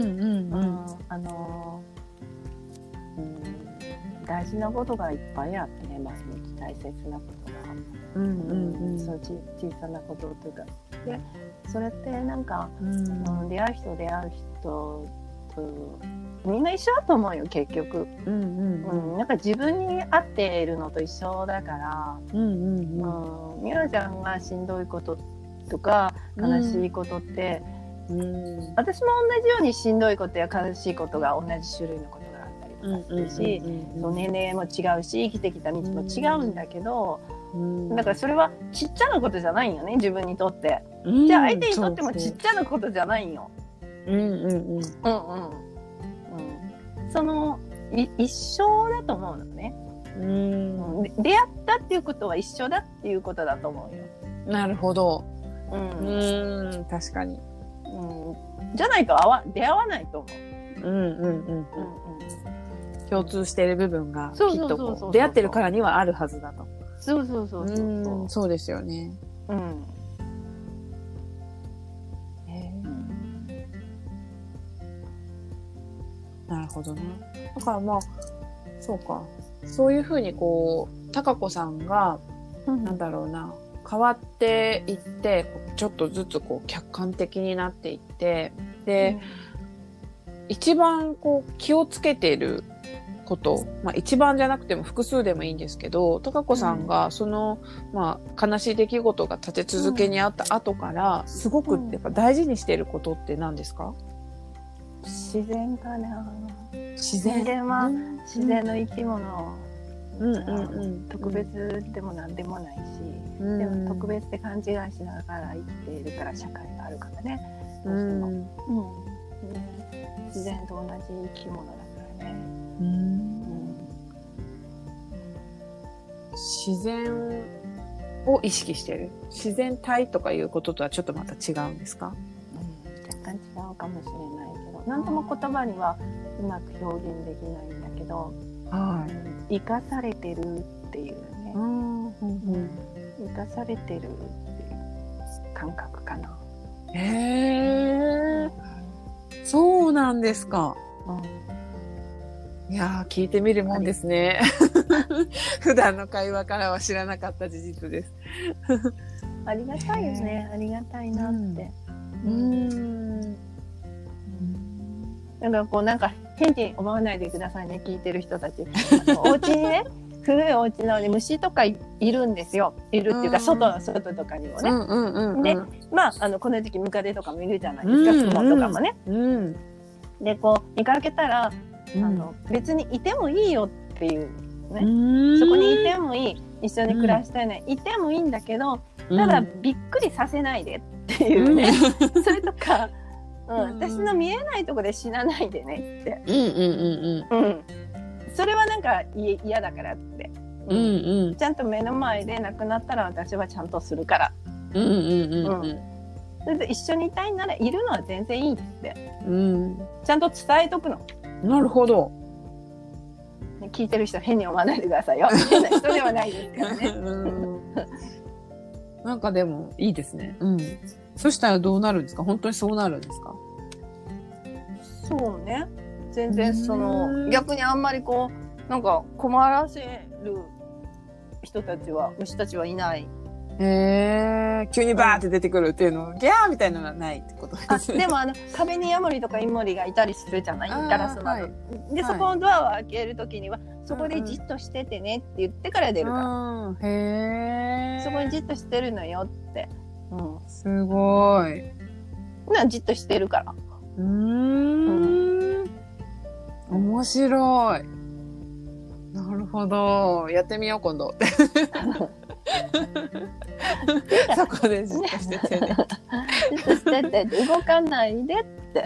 大事なことがいっぱいあってね、ますます大切なことが、そう小さなことというか、でそれってなんか、出会う人とみんな一緒だと思うよ結局。なんか自分に合っているのと一緒だから、みなちゃんがしんどいこととか悲しいことって、私も同じようにしんどいことや悲しいことが同じ種類のことがあったりとかするし、年齢も違うし生きてきた道も違うんだけど、だからそれはちっちゃなことじゃないんよね、自分にとって。じゃあ相手にとってもちっちゃなことじゃないんよ。その一緒だと思うのね。出会ったっていうことは一緒だっていうことだと思うよ。 なるほど。確かに。 じゃないと出会わないと思う。 共通している部分がきっと出会ってるからにはあるはずだと。そうですよね。なるほどね。だからまあそうか、そういうふうにこう貴子さんがなんだろうな、変わっていって、ちょっとずつこう客観的になっていって、で、一番こう気をつけていること、まあ一番じゃなくても複数でもいいんですけど、貴子さんがその、まあ悲しい出来事が立て続けにあった後から、すごくやっぱ大事にしていることって何ですか？ 自然かな。 自人間は自然の生き物、特別でも何でもないし、でも特別って勘違いしながら生きているから社会があるからね、どうしても、ね、自然と同じ生き物だからね。 自然を意識してる、自然体とかいうこととはちょっとまた違うんですか？ 若干違うかもしれないけど、何とも言葉にはうまく表現できないんだけど、生かされてるっていうね、生かされてるっていう感覚かな。 へー、そうなんですか。いやー、聞いてみるもんですね。普段の会話からは知らなかった事実です。 ありがたいよね。ありがたいなって。だからこうなんか変に思わないでくださいね、聞いてる人たち。お家にね、古いお家なので虫とかいるんですよ。いるっていうか、外とかにもね。で、まあ、この時期ムカデとかもいるじゃないですか、クモとかもね。で、こう見かけたら、別にいてもいいよっていうね。そこにいてもいい。一緒に暮らしたいね。いてもいいんだけど、ただびっくりさせないでっていうね。それとか、私の見えないところで死なないでねって。それはなんか嫌だからって。ちゃんと目の前で亡くなったら私はちゃんとするから。それで一緒にいたいならいるのは全然いいって。ちゃんと伝えとくの。 なるほど。 聞いてる人変に思わないでくださいよ。変な人ではないですからね。 なんかでもいいですね。そしたらどうなるんですか？本当にそうなるんですか？ そうね。全然逆にあんまりこうなんか困らせる人たちは、虫たちはいない。 急にバーって出てくるっていうの、ギャーみたいなのはないってことですね。 でも壁にヤモリとかイモリがいたりするじゃない、ガラス窓。で、そこのドアを開けるときには、そこでじっとしててねって言ってから出るから。そこにじっとしてるのよって。 すごい。 じっとしてるから。 面白い。なるほど。やってみよう、今度。そこでじっとしててね。 じっとしてて、動かないでって。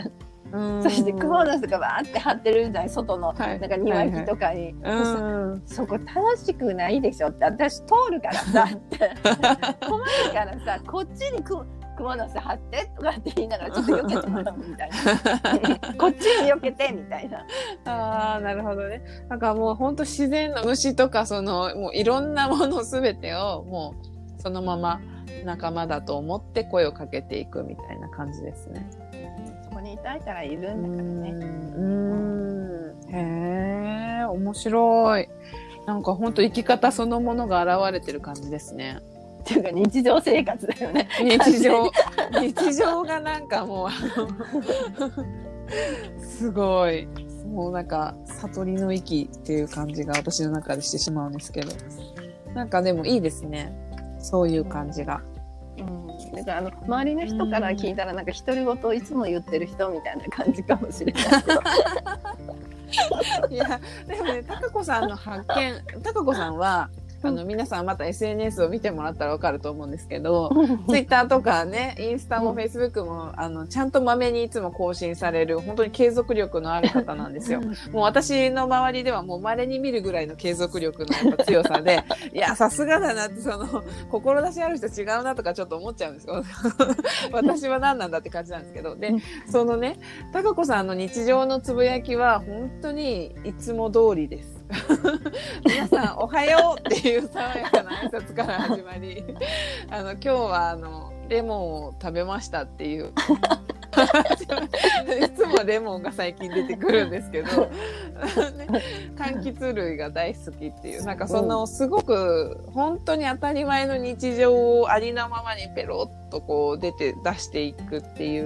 そしてクモの巣がバーって張ってるじゃない、外のなんか庭木とかに。そこ楽しくないでしょって、私通るからさって困るからさ、こっちにクモの巣張ってとかって言いながらちょっと避けてもらうみたいな。こっちに避けてみたいな。 なるほどね。なんかもう本当自然の虫とかもういろんなものすべてをもうそのまま仲間だと思って声をかけていくみたいな感じですね。 そこにいたいからいるんだからね。へー、面白い。なんか本当生き方そのものが現れてる感じですね。 っていうか日常生活だよね。 日常がなんかもうすごい、もうなんか悟りの域っていう感じが私の中でしてしまうんですけど、なんかでもいいですね、そういう感じが。 だから周りの人から聞いたらなんか独り言をいつも言ってる人みたいな感じかもしれないけど。 いやでもね、貴子さんの発見、貴子さんは皆さんまた SNS を見てもらったらわかると思うんですけど、ツイッターとかね、インスタもフェイスブックも、ちゃんとまめにいつも更新される、本当に継続力のある方なんですよ。もう私の周りではもう稀に見るぐらいの継続力のやっぱ強さで、いや、さすがだなって、志ある人違うなとかちょっと思っちゃうんですよ。私は何なんだって感じなんですけど。で、貴子さんの日常のつぶやきは本当にいつも通りです。皆さんおはようっていう爽やかな挨拶から始まり今日はレモンを食べましたっていういつもレモンが最近出てくるんですけど、ね、柑橘類が大好きっていう、なんかそのすごく本当に当たり前の日常をありのままにペロッとこう出していくっていう、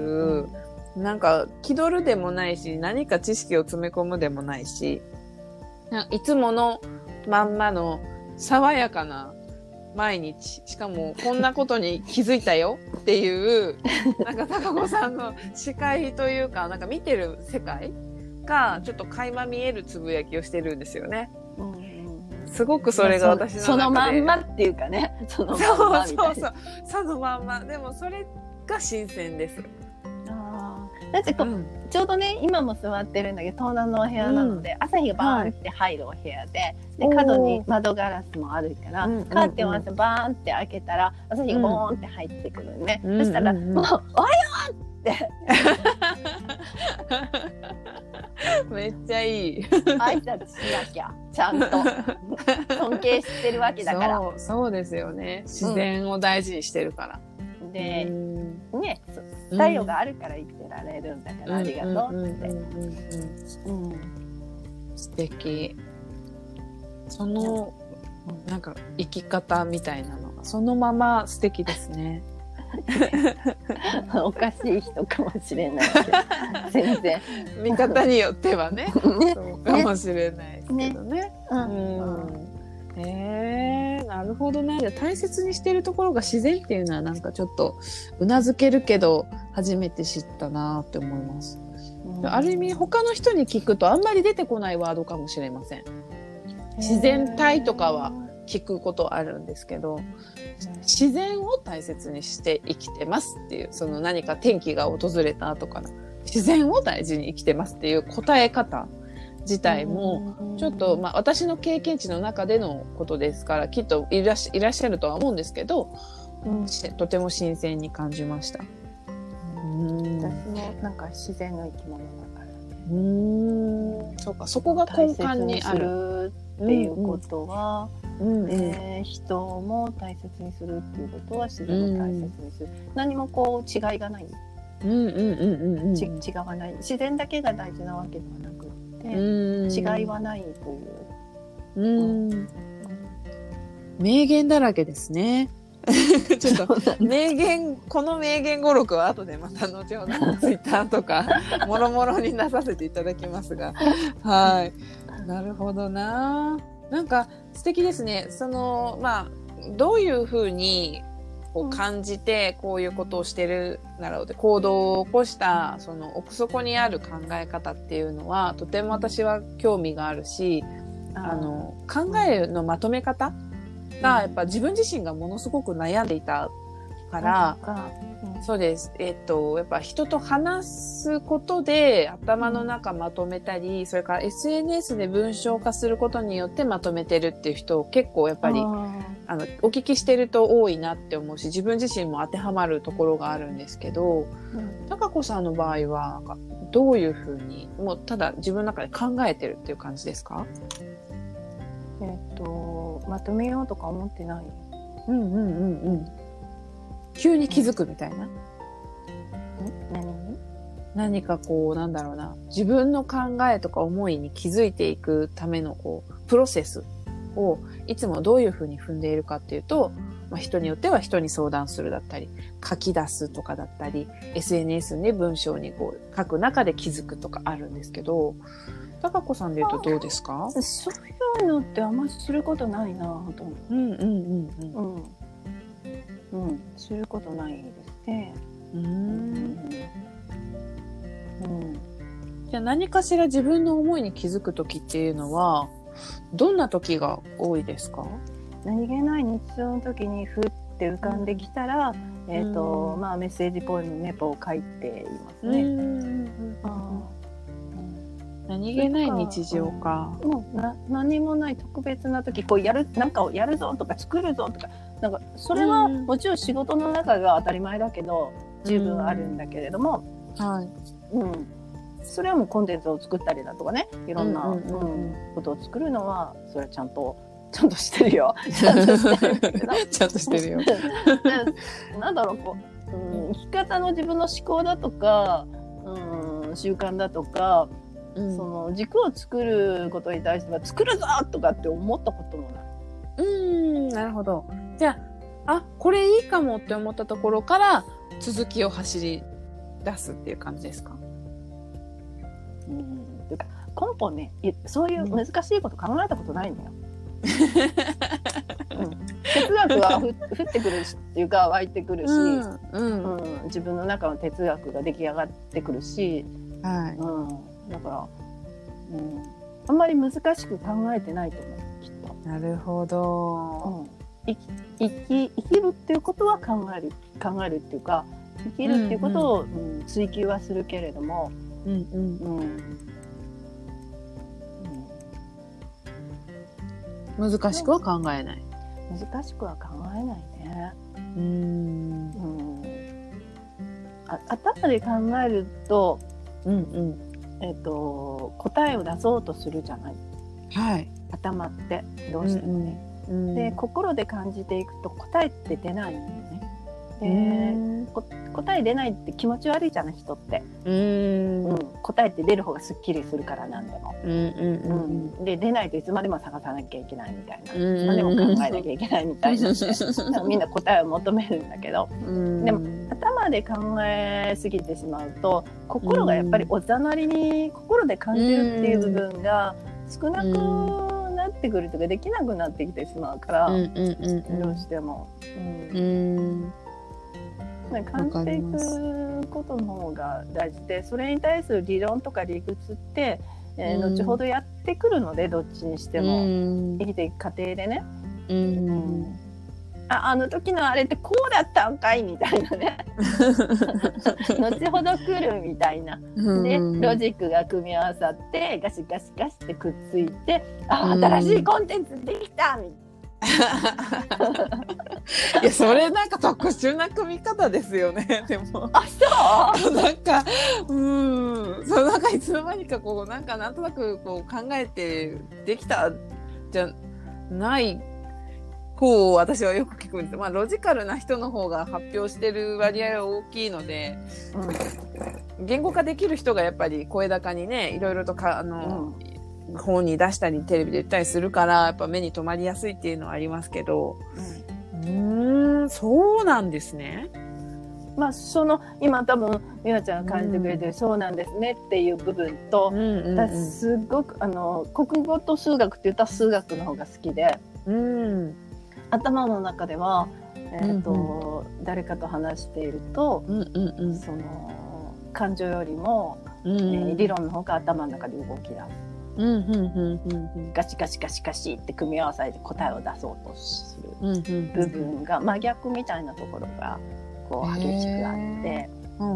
なんか気取るでもないし、何か知識を詰め込むでもないし、いつものまんまの爽やかな毎日、しかもこんなことに気づいたよっていうなんか高子さんの視界というか、なんか見てる世界がちょっと垣間見えるつぶやきをしてるんですよね。すごくそれが私の中でそのまんまっていうかね、そのまんまみたいな。 そうそのまんま。でもそれが新鮮です。 だってちょうどね、今も座ってるんだけど、東南のお部屋なので、朝日がバーンって入るお部屋で、で角に窓ガラスもあるから、カーテンをバーンって開けたら朝日がボーンって入ってくるね。そしたら、もうおはようってめっちゃいい挨拶しなきゃ、ちゃんと尊敬してるわけだから。 そうですよね。自然を大事にしてるから。 でね、太陽があるから生きてられるんだから、ありがとうって。 素敵。そのなんか生き方みたいなのがそのまま素敵ですね。 おかしい人かもしれないけど、全然見方によってはね、そうかもしれないですけどね。なるほどね。大切にしてるところが自然っていうのはなんかちょっとうなずけるけど初めて知ったなって思います。ある意味他の人に聞くとあんまり出てこないワードかもしれません。自然体とかは聞くことあるんですけど、自然を大切にして生きてますっていう、その何か転機が訪れたとか自然を大事に生きてますっていう答え方自体もちょっと、私の経験値の中でのことですから、きっといらっしゃるとは思うんですけど、とても新鮮に感じました。 私もなんか自然の生き物だからね。 そうか、そこが根幹にあるっていうことは、人も大切にするっていうことは自然を大切にする。何もこう違いがない。違わない。自然だけが大事なわけではなくて、違いはないという。 名言だらけですね。ちょっとこの名言語録は後でまた後ほどツイッターとかもろもろに出させていただきますが、はい、なるほどな。なんか素敵ですね。そのどういうふうにこう感じてこういうことをしてるならで行動を起こしたその奥底にある考え方っていうのはとても私は興味があるし、考えのまとめ方がやっぱ自分自身がものすごく悩んでいたから、そうです。やっぱ人と話すことで頭の中まとめたり、それから SNS で文章化することによってまとめてるっていう人を結構やっぱりお聞きしてると多いなって思うし、自分自身も当てはまるところがあるんですけど、高子さんの場合はどういうふうにもうただ自分の中で考えてるっていう感じですか？ まとめようとか思ってない。 急に気づくみたいな。何かこうなんだろうな、自分の考えとか思いに気づいていくためのこうプロセスをいつもどういうふうに踏んでいるかっていうと、人によっては人に相談するだったり、書き出すとかだったり、SNS に文章にこう書く中で気づくとかあるんですけど、高子さんで言うとどうですか？ そういうのってあんまりすることないなと思う。することないですね。 じゃあ何かしら自分の思いに気づくときっていうのはどんな時が多いですか？ 何気ない日常の時にふって浮かんできたら、メッセージポエム、ネポを書いていますね。 何気ない日常か。 もう何もない特別な時、こうなんかをやるぞとか作るぞとか、なんかそれはもちろん仕事の中が当たり前だけど十分あるんだけれども、それはもうコンテンツを作ったりだとかね、いろんなことを作るのはそれはちゃんとしてるよ。ちゃんとしてるよ。なんだろう、こう生き方の自分の思考だとか、習慣だとか、その軸を作ることに対しては作るぞとかって思ったこともない。 なるほど。じゃあ、これいいかもって思ったところから続きを走り出すっていう感じですか？ というか根本ね、そういう難しいこと考えたことないんだよ。哲学は降ってくるしっていうか湧いてくるし、自分の中の哲学が出来上がってくるし、だから、あんまり難しく考えてないと思う、きっと。 なるほど。 生きるっていうことは考えるっていうか、生きるっていうことを、追求はするけれども、 難しくは考えない。 難しくは考えないね。頭で考えると、答えを出そうとするじゃない。 はい。 頭ってどうしてもね。で、心で感じていくと答えって出ないんだよね。で、答え出ないって気持ち悪いじゃない、人って。答えって出る方がすっきりするから、なんでも。で、出ないといつまでも探さなきゃいけないみたいな。いつまでも考えなきゃいけないみたいな。みんな答えを求めるんだけど。でも、頭で考えすぎてしまうと、心がやっぱりおざなりに心で感じるっていう部分が少なくなってくるとか、できなくなってきてしまうから、どうしても。感じていくことの方が大事で、それに対する理論とか理屈って、後ほどやってくるので、どっちにしても、生きていく過程でね、あの時のあれってこうだったんかいみたいなね後ほど来るみたいな、でロジックが組み合わさってガシガシガシってくっついて、新しいコンテンツできたみたいな。 いや、それなんか特殊な組み方ですよね。でも、 そうなんか、そうなんかいつの間にかこうなんとなくこう考えてできたじゃない方を私はよく聞くんです。ロジカルな人の方が発表してる割合は大きいので、言語化できる人がやっぱり声高にね、いろいろと本に出したりテレビで言ったりするから、やっぱ目に留まりやすいっていうのはありますけど、そうなんですね。 今多分美和ちゃんが感じてくれてる、そうなんですねっていう部分と、私すごく国語と数学って言ったら数学の方が好きで、頭の中では、誰かと話していると、その感情よりも、理論の方が頭の中で動き出す。ガシガシガシガシって組み合わされて答えを出そうとする部分が真逆みたいなところがこう激しくあって、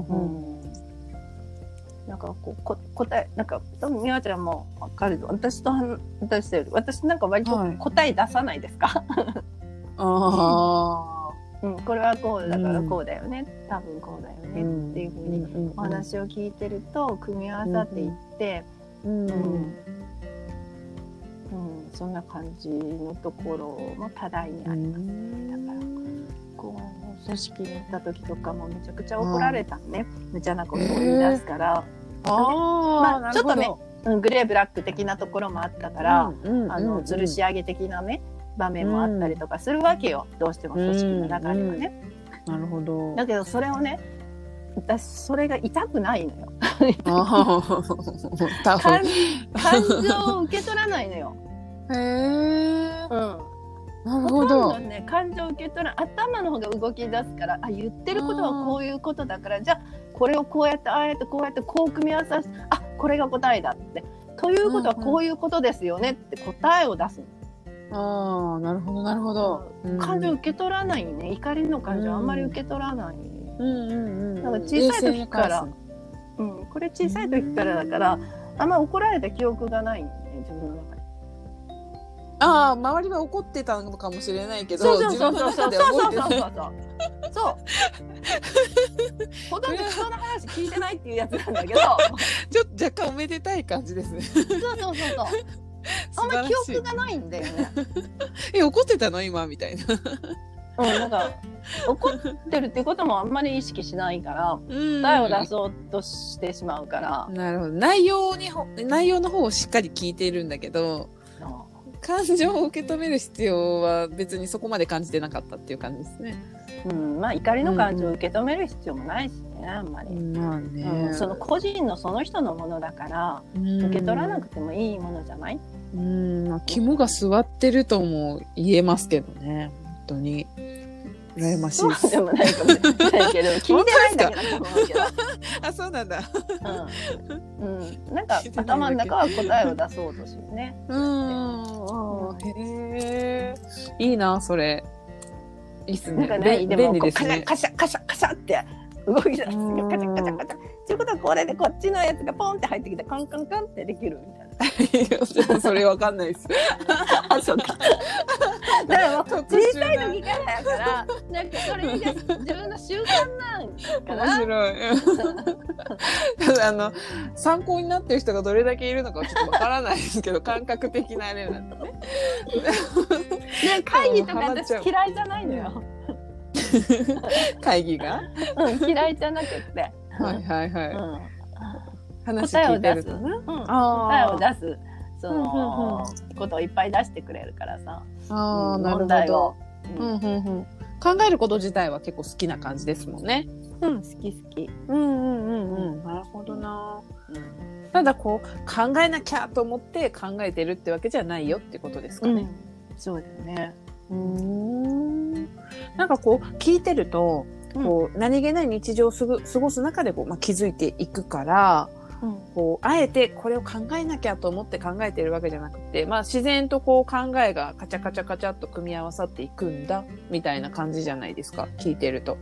なんかこう答え、なんか多分美和ちゃんも分かると、私と話してる、私なんか割と答え出さないですか？これはこうだからこうだよね、多分こうだよねっていうふうにお話を聞いてると組み合わさっていって、そんな感じのところも多大にありますね。だからこう組織に行った時とかもめちゃくちゃ怒られたね、無茶なことを言い出すから、ちょっとね、グレーブラック的なところもあったから、吊るし上げ的なね場面もあったりとかするわけよ、どうしても組織の中ではね。 なるほど。 だけどそれをね、私それが痛くないのよ。感情を受け取らないのよ。 へー。なるほど。 ほとんどね、感情を受け取らない、頭の方が動き出すから、言ってることはこういうことだから、じゃあこれをこうやってああやってこうやってこう組み合わさせて、これが答えだってということはこういうことですよねって答えを出すの。 なるほどなるほど。 感情を受け取らないね、怒りの感情あんまり受け取らない。なんか小さい時から、これ小さい時からだから、あんま怒られた記憶がないんだよね、自分の中に。 周りは怒ってたのかもしれないけど、自分の中では覚えてない。 そうほとんど人の話聞いてないっていうやつなんだけどちょっと若干おめでたい感じですね。 そうあんま記憶がないんだよね。 怒ってたの今みたいな。 なんか怒ってるっていうこともあんまり意識しないから答えを出そうとしてしまうから。 なるほど。内容の方をしっかり聞いているんだけど、感情を受け止める必要は別にそこまで感じてなかったっていう感じですね。 まあ怒りの感情を受け止める必要もないしね、あんまり。 まあね、 その個人のその人のものだから受け取らなくてもいいものじゃない？ 肝が据わってるとも言えますけどね、本当に。羨ましいです。 そうでもないかもしれないけど、聞いてないんだけどと思うけど。 あ、そうなんだ。 なんか頭の中は答えを出そうとするね。 へえ、いいなそれ。いいっすね。 なんかね、 便利ですね。 カシャカシャカシャって動き出す。カチャカチャカチャ。ということはこれでこっちのやつがポンって入ってきてカンカンカンってできるみたいな。 それわかんないです。 あ、そうか。だからもう小さい時からやから、なんかそれが自分の習慣なんかな。 面白い。参考になってる人がどれだけいるのかはちょっとわからないですけど、感覚的なあれなんだね。 会議とか私嫌いじゃないのよ。 会議が？ 嫌いじゃなくって。 はいはいはい。話聞いてるとね。 答えを出す。そのことをいっぱい出してくれるからさ。 なるほど。考えること自体は結構好きな感じですもんね。 好き好き。 なるほどな。ただこう考えなきゃと思って考えてるってわけじゃないよってことですかね。 そうだよね。 なんかこう聞いてると、こう何気ない日常を過ごす中でこう、気づいていくから、こうあえてこれを考えなきゃと思って考えてるわけじゃなくて、自然とこう考えがカチャカチャカチャっと組み合わさっていくんだみたいな感じじゃないですか、聞いてると。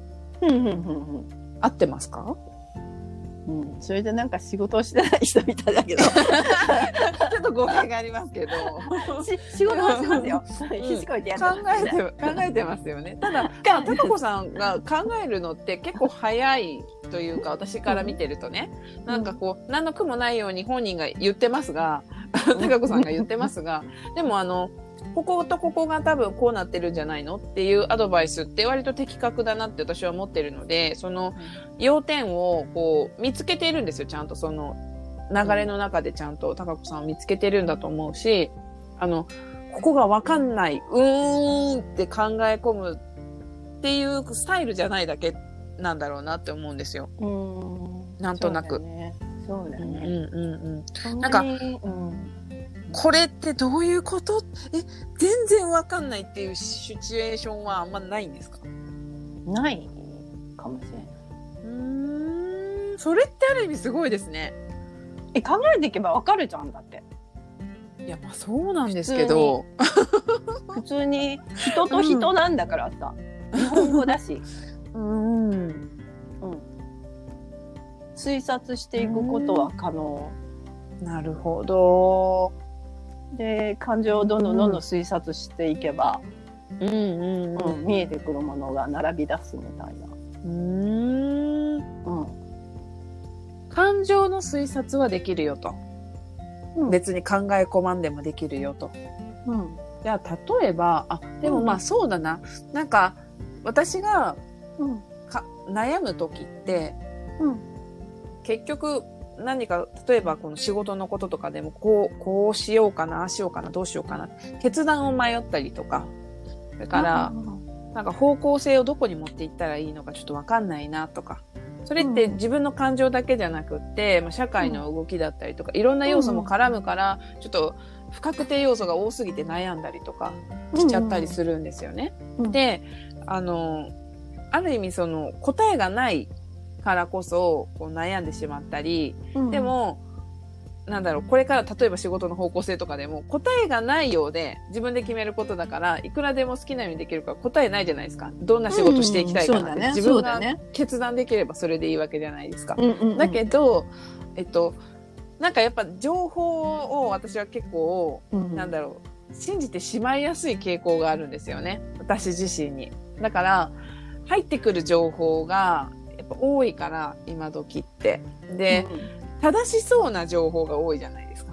合ってますか？ それでなんか仕事をしてない人みたいだけどちょっと語弊がありますけど仕事はしてますよ。ひしこいてやって考えてますよね。ただたかこさんが考えるのって結構早いというか、私から見てるとね、なんかこう何の苦もないように本人が言ってますがたかこさんが言ってますが、でもこことここが多分こうなってるんじゃないのっていうアドバイスって割と的確だなって私は思ってるので、その要点をこう見つけているんですよ。ちゃんとその流れの中でちゃんと高子さんを見つけてるんだと思うし、ここがわかんない、って考え込むっていうスタイルじゃないだけなんだろうなって思うんですよ。なんとなく。 そうだね。 なんか、これってどういうこと？全然わかんないっていうシチュエーションはあんまないんですか？ ないかもしれない。 それってある意味すごいですね。 考えていけばわかるじゃんだって。 いやそうなんですけど、 普通に人と人なんだからさ、日本語だし、推察していくことは可能。 なるほど。 で感情をどんどん推察していけば、見えてくるものが並び出すみたいな。 感情の推察はできるよと、別に考え込まんでもできるよと。じゃあ例えばでもそうだな、なんか私が、悩む時って、結局何か例えばこの仕事のこととかでもこうしようかな、ああしようかな、どうしようかな、決断を迷ったりとか、それからなんか方向性をどこに持っていったらいいのかちょっとわかんないなとか、それって自分の感情だけじゃなくって、社会の動きだったりとか、いろんな要素も絡むから、ちょっと不確定要素が多すぎて悩んだりとかしちゃったりするんですよね。で、ある意味その答えがないからこそこう悩んでしまったり、でもこれから例えば仕事の方向性とかでも答えがないようで自分で決めることだから、いくらでも好きなようにできるから答えないじゃないですか。どんな仕事していきたいかなって、自分が決断できればそれでいいわけじゃないですか。だけどなんかやっぱ情報を私は結構、信じてしまいやすい傾向があるんですよね、私自身に。だから入ってくる情報がやっぱ多いから、今時って。で、正しそうな情報が多いじゃないですか。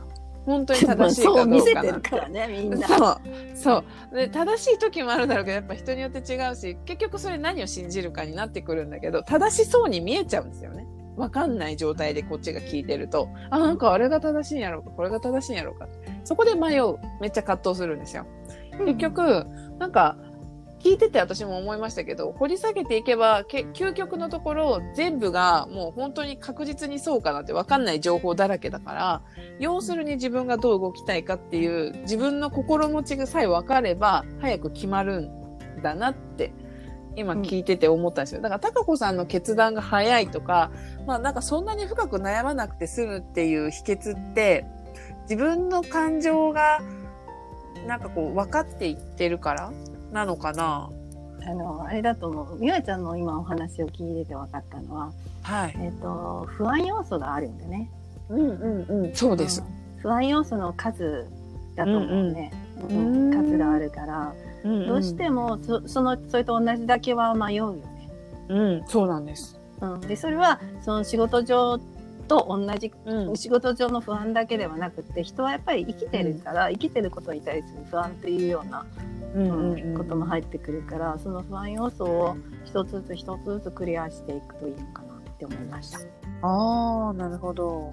本当に正しいかどうかな。 そう見せてるからね、みんな。 そうで正しい時もあるだろうけど、やっぱ人によって違うし、結局それ何を信じるかになってくるんだけど、正しそうに見えちゃうんですよね。わかんない状態でこっちが聞いてると、なんかあれが正しいんやろうか、これが正しいんやろうか、そこで迷う、めっちゃ葛藤するんですよ。結局なんか聞いてて私も思いましたけど、掘り下げていけば究極のところ全部がもう本当に確実にそうかなって分かんない情報だらけだから、要するに自分がどう動きたいかっていう自分の心持ちがさえ分かれば早く決まるんだなって今聞いてて思ったんですよ。だから貴子さんの決断が早いとか、なんかそんなに深く悩まなくて済むっていう秘訣って、自分の感情がなんかこう分かっていってるからなのかな。 あれだと思う。みわちゃんの今お話を聞いてて分かったのは、 はい。 不安要素があるんでね。 そうです。 不安要素の数だと思うね。数があるから、どうしてもそれと同じだけは迷うよね。 そうなんです。 でそれはその仕事上と同じ、仕事上の不安だけではなくて、人はやっぱり生きてるから、生きてることに対する不安っていうようなことも入ってくるから、その不安要素を一つずつ一つずつクリアしていくといいのかなって思いました。 なるほど。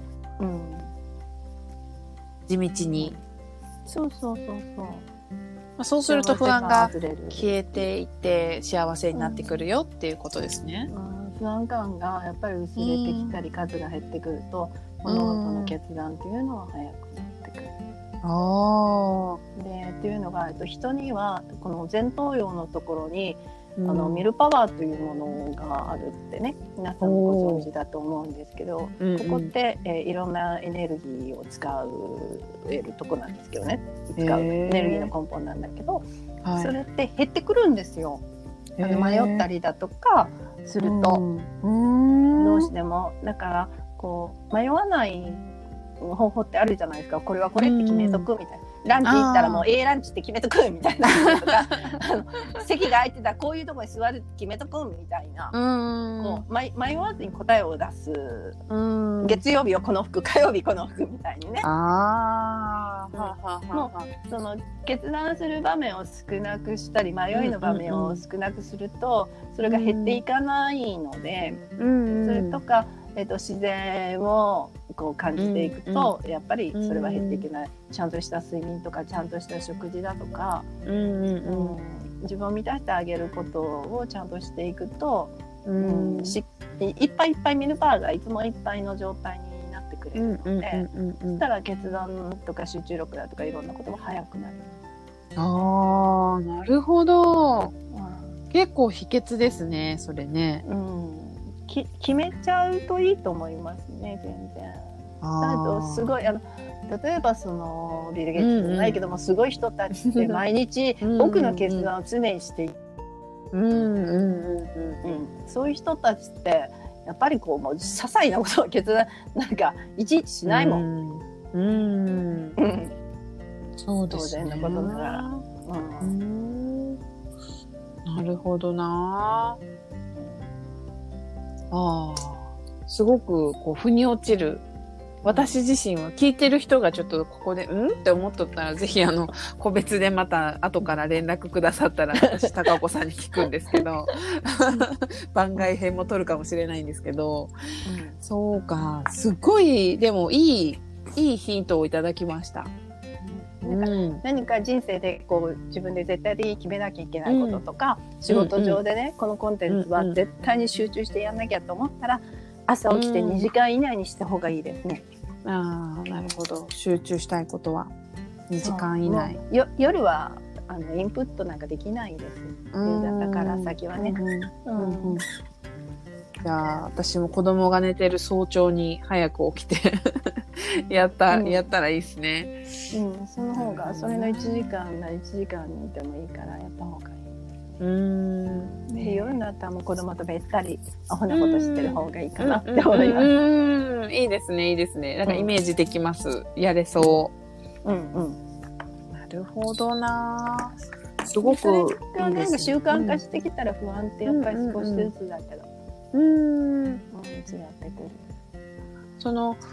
地道に。 そう。 そうすると不安が消えていって幸せになってくるよっていうことですね。 不安感がやっぱり薄れてきたり、数が減ってくると物事の決断っていうのは早くなってくる。でっていうのが、人にはこの前頭葉のところにミルパワーというものがあるってね、皆さんもご存知だと思うんですけど、ここって、いろんなエネルギーを使えるとこなんですけどね、使うエネルギーの根本なんだけど、それって減ってくるんですよ。迷ったりだとかすると、どうしても。だからこう迷わない方法ってあるじゃないですか。これはこれって決めとくみたいな。ランチ行ったらもうランチって決めとくみたいなとか席が空いてたらこういうところに座るって決めとくみたいな、こう迷わずに答えを出す。月曜日はこの服、火曜日この服みたいにね。もうその決断する場面を少なくしたり、迷いの場面を少なくするとそれが減っていかないので、それとか自然をこう感じていくと、やっぱりそれは減っていけない。ちゃんとした睡眠とかちゃんとした食事だとか、自分を満たしてあげることをちゃんとしていくと、いっぱいいっぱいミルパワーがいつもいっぱいの状態になってくれるので、そしたら決断とか集中力だとかいろんなことも早くなります。 なるほど。結構秘訣ですね、それね。 決めちゃうといいと思いますね、全然。だとすごい例えばそのビル・ゲイツじゃないけども、すごい人たちって毎日僕の決断を常にしている。そういう人たちってやっぱりこうもう些細なことを決断なんかいちいちしないもん。 そうですね。 当然のことながら。 なるほどな。すごくこう腑に落ちる。私自身は聞いてる人がちょっとここでって思っとったら、ぜひ個別でまた後から連絡くださったら私高子さんに聞くんですけど番外編も撮るかもしれないんですけど、そうか、すごいでもいいヒントをいただきました。 何か人生でこう自分で絶対的に決めなきゃいけないこととか、仕事上でね、このコンテンツは絶対に集中してやんなきゃと思ったら、朝起きて2時間以内にした方がいいですね。 なるほど。集中したいことは2時間以内。 夜はインプットなんかできないです。夕方から先はね。 じゃあ私も子供が寝てる早朝に早く起きてやったらいいですね。 その方がそれの1時間でもいいからやった方がいい。夜になったらもう子供とべったりアホなことしてる方がいいかなって思います。 いいですね、いいですね。なんかイメージできます。やれそう。なるほどな。すごくそれがなんか習慣化してきたら不安ってやっぱり少しずつだけど違ってくる。 その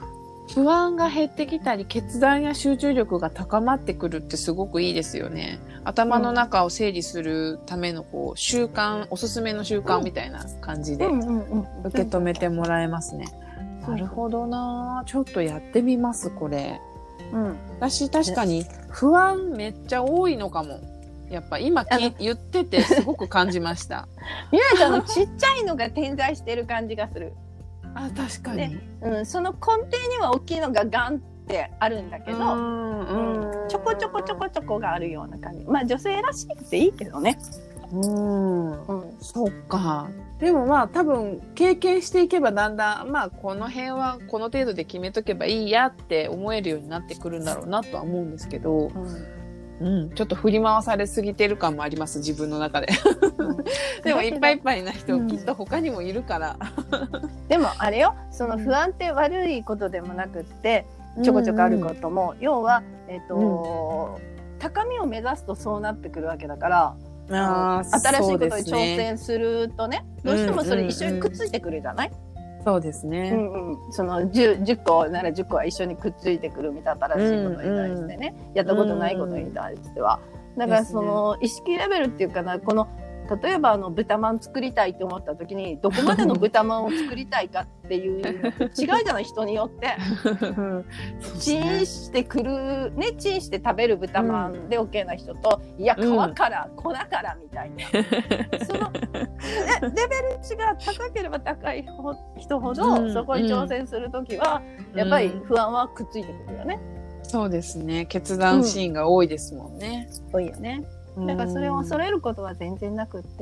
不安が減ってきたり、決断や集中力が高まってくるってすごくいいですよね。頭の中を整理するためのこう習慣、おすすめの習慣みたいな感じで受け止めてもらえますね。なるほどな。ちょっとやってみます、これ。私確かに不安めっちゃ多いのかも。やっぱ今言っててすごく感じました。 ゆらちゃんのちっちゃいのが点在してる感じがする。 あ、確かに。 その根底には大きいのがガンってあるんだけど、ちょこちょこちょこちょこがあるような感じ。まあ女性らしくていいけどね。 そっか。でもまあ多分経験していけばだんだんまあこの辺はこの程度で決めとけばいいやって思えるようになってくるんだろうなとは思うんですけど、ちょっと振り回されすぎてる感もあります、自分の中で。でもいっぱいいっぱいな人、きっと他にもいるから。 でもあれよ、その不安って悪いことでもなくって、ちょこちょこあることも、要は、高みを目指すとそうなってくるわけだから、新しいことに挑戦するとね、どうしてもそれ一緒にくっついてくるじゃない？ そうですね。 その 10個なら10個は一緒にくっついてくるみたいな、新しいことに対してね、やったことないことに対しては。だからその意識レベルっていうかな、この例えば豚まん作りたいと思った時にどこまでの豚まんを作りたいかっていう違いじゃない、人によって。チンしてくるね、チンして食べる豚まんで OK な人と、いや皮から粉からみたいな、そのレベル値が高ければ高い人ほど、そこに挑戦する時はやっぱり不安はくっついてくるよね。 そうですね。決断シーンが多いですもんね。 多いよね。だからそれを恐れることは全然なくって。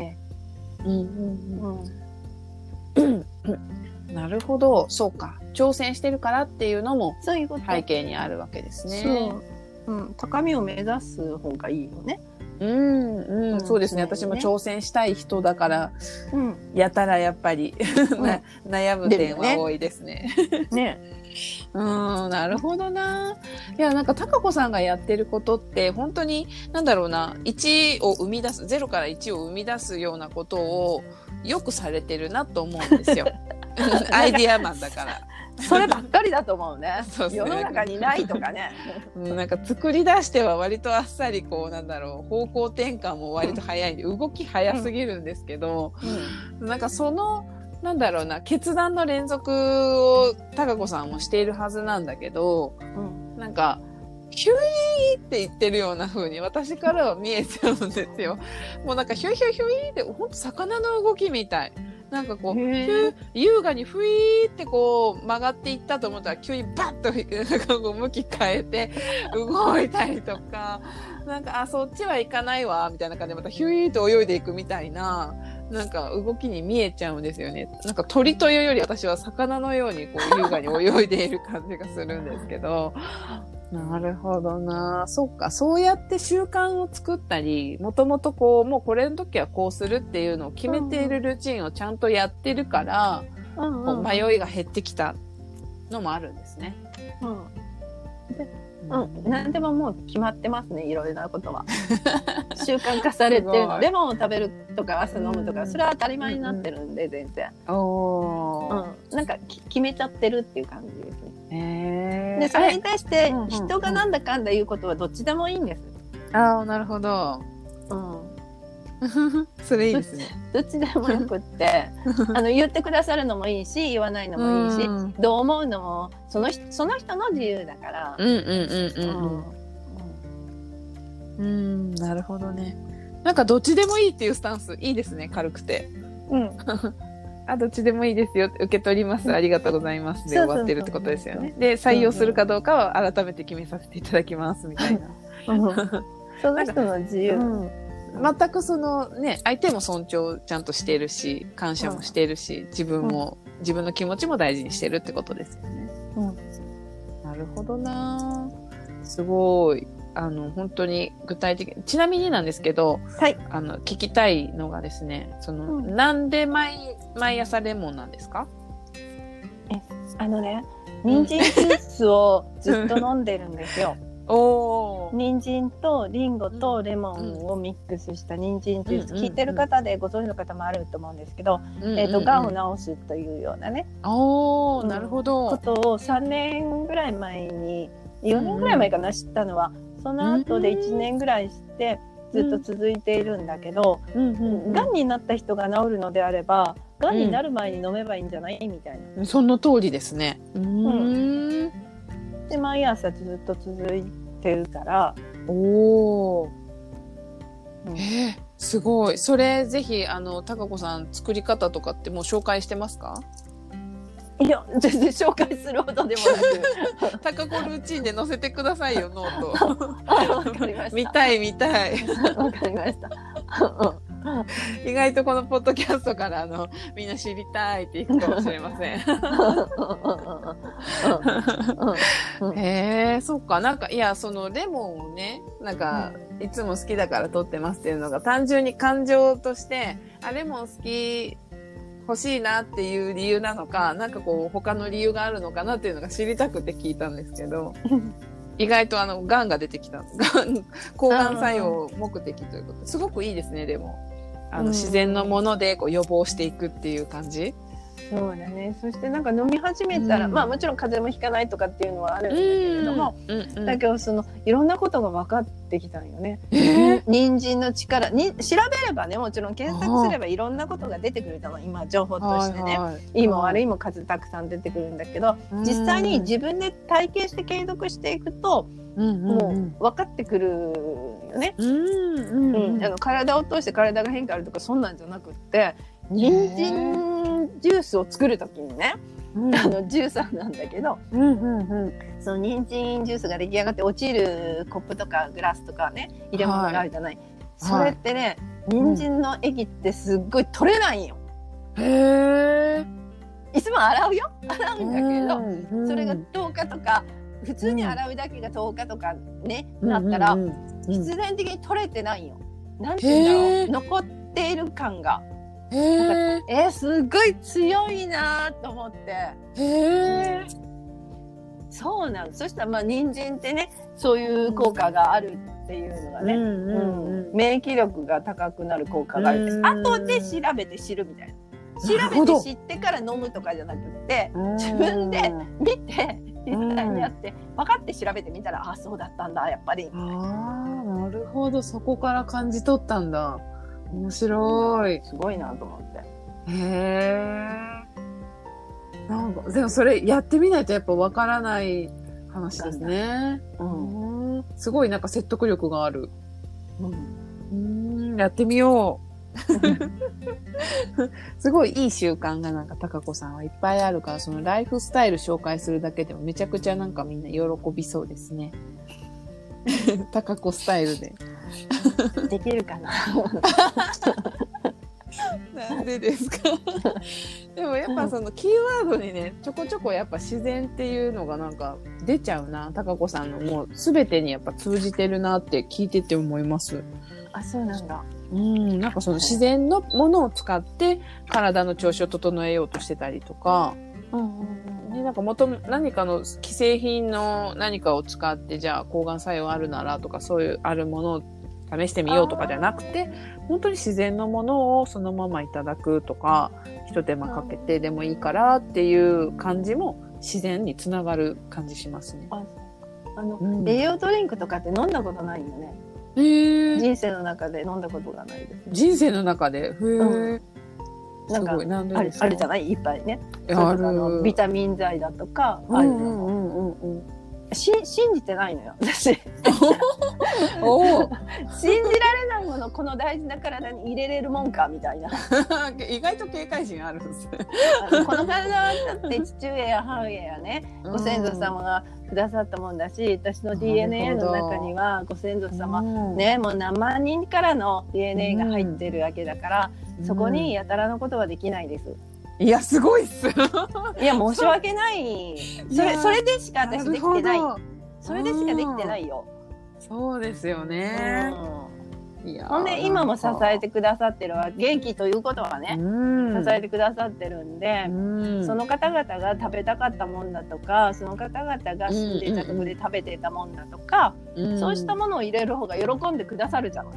なるほど。そうか。挑戦してるからっていうのもそういうこと背景にあるわけですね。 そう。高みを目指す方がいいよね。 そうですね。私も挑戦したい人だから、やたらやっぱり悩む点は多いですね。なるほどな。いや、なんか、高子さんがやってることって、本当に、なんだろうな、1を生み出す、0から1を生み出すようなことを、よくされてるなと思うんですよ。アイディアマンだから。 そればっかりだと思うね。世の中にないとかね。 なんか作り出しては割とあっさりこうなんだろう、方向転換も割と早いんで、動き早すぎるんですけど、なんかそのなんだろうな、決断の連続を高子さんもしているはずなんだけど、なんかヒュイーって言ってるような風に私からは見えちゃうんですよ。もうなんかヒュイヒュイヒュイってほんと魚の動きみたい。なんかこう優雅にふいーってこう曲がっていったと思ったら急にバッとなんかこう向き変えて動いたりとか、なんかそっちは行かないわみたいな感じでまたヒュイーと泳いでいくみたいな、なんか動きに見えちゃうんですよね。なんか鳥というより私は魚のようにこう優雅に泳いでいる感じがするんですけど。なるほどな。そっか。そうやって習慣を作ったり、もともとこう、もうこれの時はこうするっていうのを決めているルーチンをちゃんとやってるから、こう迷いが減ってきたのもあるんですね。 何でももう決まってますね、いろいろなことは。習慣化されてるの。レモンを食べるとか朝飲むとか、それは当たり前になってるんで、全然。なんか決めちゃってるっていう感じですね。で、それに対して人がなんだかんだ言うことはどっちでもいいんです。 なるほど。それいいですね。 どっちでもよくって言ってくださるのもいいし、言わないのもいいし、どう思うのもその人の自由だから。 なるほどね。なんかどっちでもいいっていうスタンスいいですね、軽くて。どっちでもいいですよって受け取ります、ありがとうございますで終わってるってことですよね。で採用するかどうかは改めて決めさせていただきますみたいな。 その人の自由。 全くそのね、相手も尊重ちゃんとしてるし、感謝もしてるし、自分の気持ちも大事にしてるってことですよね。なるほどな。すごい。本当に具体的。ちなみになんですけど、聞きたいのがですね、なんで毎朝レモンなんですか？ 人参ジュースをずっと飲んでるんですよ。 おー。 人参とリンゴとレモンをミックスした人参ジュース、聞いてる方でご存知の方もあると思うんですけど、がんを治すというようなね、 おー、なるほど。 ことを3年ぐらい前に、4年ぐらい前かな、知ったのは。その後で1年ぐらいしてずっと続いているんだけど、がんになった人が治るのであれば、がんになる前に飲めばいいんじゃない、みたいな。 その通りですね。 で毎朝ずっと続いてるから。 おー、すごい。それぜひ貴子さん作り方とかってもう紹介してますか？ いや全然紹介するほどでもなく貴子ルーチンで載せてくださいよ、ノート。 わかりました。 見たい。 わかりました。 意外とこのポッドキャストからみんな知りたいっていくかもしれません。へえ、そっか。なんかいや、そのレモンをね、なんか、いつも好きだから取ってますっていうのが単純に感情としてレモン好き欲しいなっていう理由なのか、なんかこう他の理由があるのかなっていうのが知りたくて聞いたんですけど、意外とがんが出てきた。抗がん作用目的ということですごくいいですね。でも自然のものでこう予防していくっていう感じ。 そうだね。そしてなんか飲み始めたら、まあもちろん風邪もひかないとかっていうのはあるんだけれども、だけどいろんなことが分かってきたんよね。人参の力に調べればね、もちろん検索すればいろんなことが出てくると思う。今情報としてね、いいも悪いも数たくさん出てくるんだけど、実際に自分で体験して継続していくと、もう分かってくるよね。体を通して体が変化あるとかそんなんじゃなくって、人参ジュースを作るときにね、ジューサーなんだけど、その人参ジュースが出来上がって落ちるコップとかグラスとかね、入れ物があるじゃない。それってね、人参の液ってすっごい取れないんよ。いつも洗うよ。洗うんだけど、それが10日とか、普通に洗うだけが10日とかね、なったら、必然的に取れてないよ。なんていうんだろう、残っている感が。すごい強いなと思って。そうなの。そしたら人参ってね、そういう効果があるっていうのがね、免疫力が高くなる効果があるんです。後で調べて知るみたいな。調べて知ってから飲むとかじゃなくて、自分で見て実際にやって分かって調べてみたら、そうだったんだやっぱり。 なるほど、そこから感じ取ったんだ。面白い。 すごいなと思って。 なんかでもそれやってみないとやっぱわからない話ですね。すごいなんか説得力がある。やってみよう。すごいいい習慣がなんか貴子さんはいっぱいあるから、そのライフスタイル紹介するだけでもめちゃくちゃなんかみんな喜びそうですね。貴子スタイルで。 できるかな。 なんでですか。でもやっぱそのキーワードにね、ちょこちょこやっぱ自然っていうのがなんか出ちゃうな。貴子さんのもう全てにやっぱ通じてるなって聞いてて思います。 そうなんだ。 なんかその自然のものを使って体の調子を整えようとしてたりとか、なんか何かの既製品の何かを使ってじゃあ抗がん作用あるならとか、そういうあるものを試してみようとかじゃなくて、本当に自然のものをそのままいただくとか、一手間かけてでもいいからっていう感じも自然につながる感じしますね。 栄養ドリンクとかって飲んだことないよね。人生の中で飲んだことがないです、ね。 人生の中でなんかあるじゃない、いっぱいね。ビタミン剤だとかあるの。信じてないのよ、私。信じられないもの、この大事な体に入れれるもんかみたいな。 意外と警戒心あるんですね。 この体はだって父上や母上やね、ご先祖様がくださったもんだし、私の DNA の中にはご先祖様ね、もう何万人からの DNA が入ってるわけだから、そこにやたらのことはできないです。 いや、すごいっす。 いや、申し訳ない。それでしか私できてない。それでしかできてないよ。 そうですよね。いいやほんで今も支えてくださってるわ、元気ということはね、支えてくださってるんで、その方々が食べたかったもんだとか、その方々が住んでいたところで食べていたもんだとか、そうしたものを入れる方が喜んでくださるじゃない。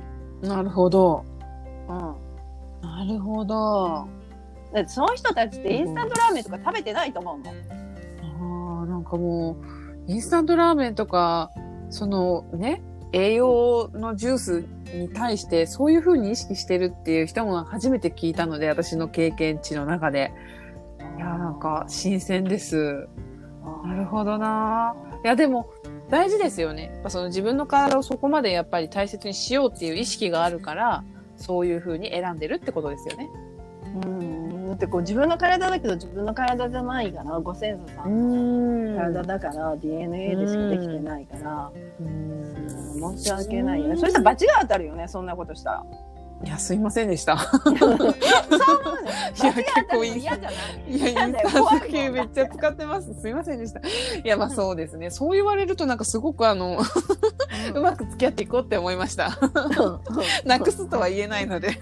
なるほど、 うん、 なるほど。 だってその人たちってインスタントラーメンとか食べてないと思うもん。 なんかもうインスタントラーメンとかそのね栄養のジュースに対してそういう風に意識してるっていう人も初めて聞いたので、私の経験値の中で。いやなんか新鮮です。なるほどな。いやでも大事ですよね。やっぱその自分の体をそこまでやっぱり大切にしようっていう意識があるからそういう風に選んでるってことですよね。 だってこう自分の体だけど自分の体じゃないから、ご先祖さんの体だから DNA でしかできてないから、申し訳ないよね。そしたら罰が当たるよね、そんなことしたら。 いやすいませんでした。 そう思うね。 いや結構いい。 嫌じゃない？ いやインスタント系めっちゃ使ってます。すいませんでした。いやまあそうですね。そう言われるとなんかすごくうまく付き合っていこうって思いました。なくすとは言えないので。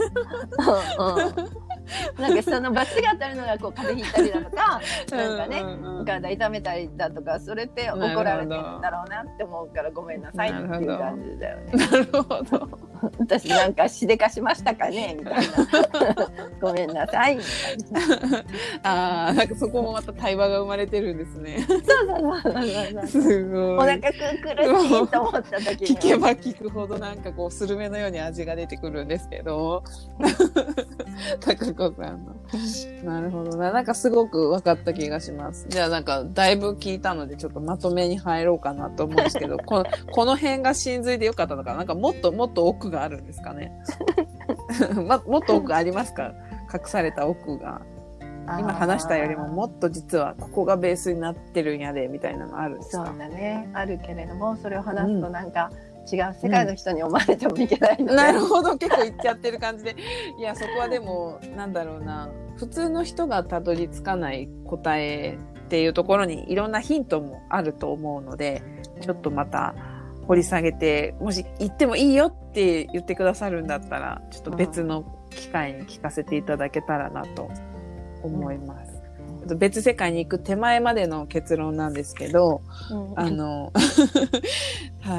なんかその罰が当たるのがこう風邪ひいたりだとか、なんかね、体痛めたりだとか、それって怒られてるんだろうなって思うからごめんなさいっていう感じだよね。 なるほど。 私なんかしでかしましたかねみたいな。ごめんなさいみたいな。 なんかそこもまた対話が生まれてるんですね。 そう。 すごい。 お腹苦しいと思った時に。 聞けば聞くほどなんかこうスルメのように味が出てくるんですけど。高子さんの。なるほどな。なんかすごく分かった気がします。じゃあなんかだいぶ聞いたのでちょっとまとめに入ろうかなと思うんですけど、この辺が真髄でよかったのかな。なんかもっと奥があるんですかね。もっと奥ありますか？隠された奥が。今話したよりももっと実はここがベースになってるんやでみたいなのあるんですか？ そうだね。あるけれども、それを話すとなんか、違う世界の人に思われてもいけないので、 なるほど、結構言っちゃってる感じで、いやそこはでもなんだろうな、普通の人がたどり着かない答えっていうところにいろんなヒントもあると思うので、ちょっとまた掘り下げて、もし言ってもいいよって言ってくださるんだったら、ちょっと別の機会に聞かせていただけたらなと思います。別世界に行く手前までの結論なんですけど、はい、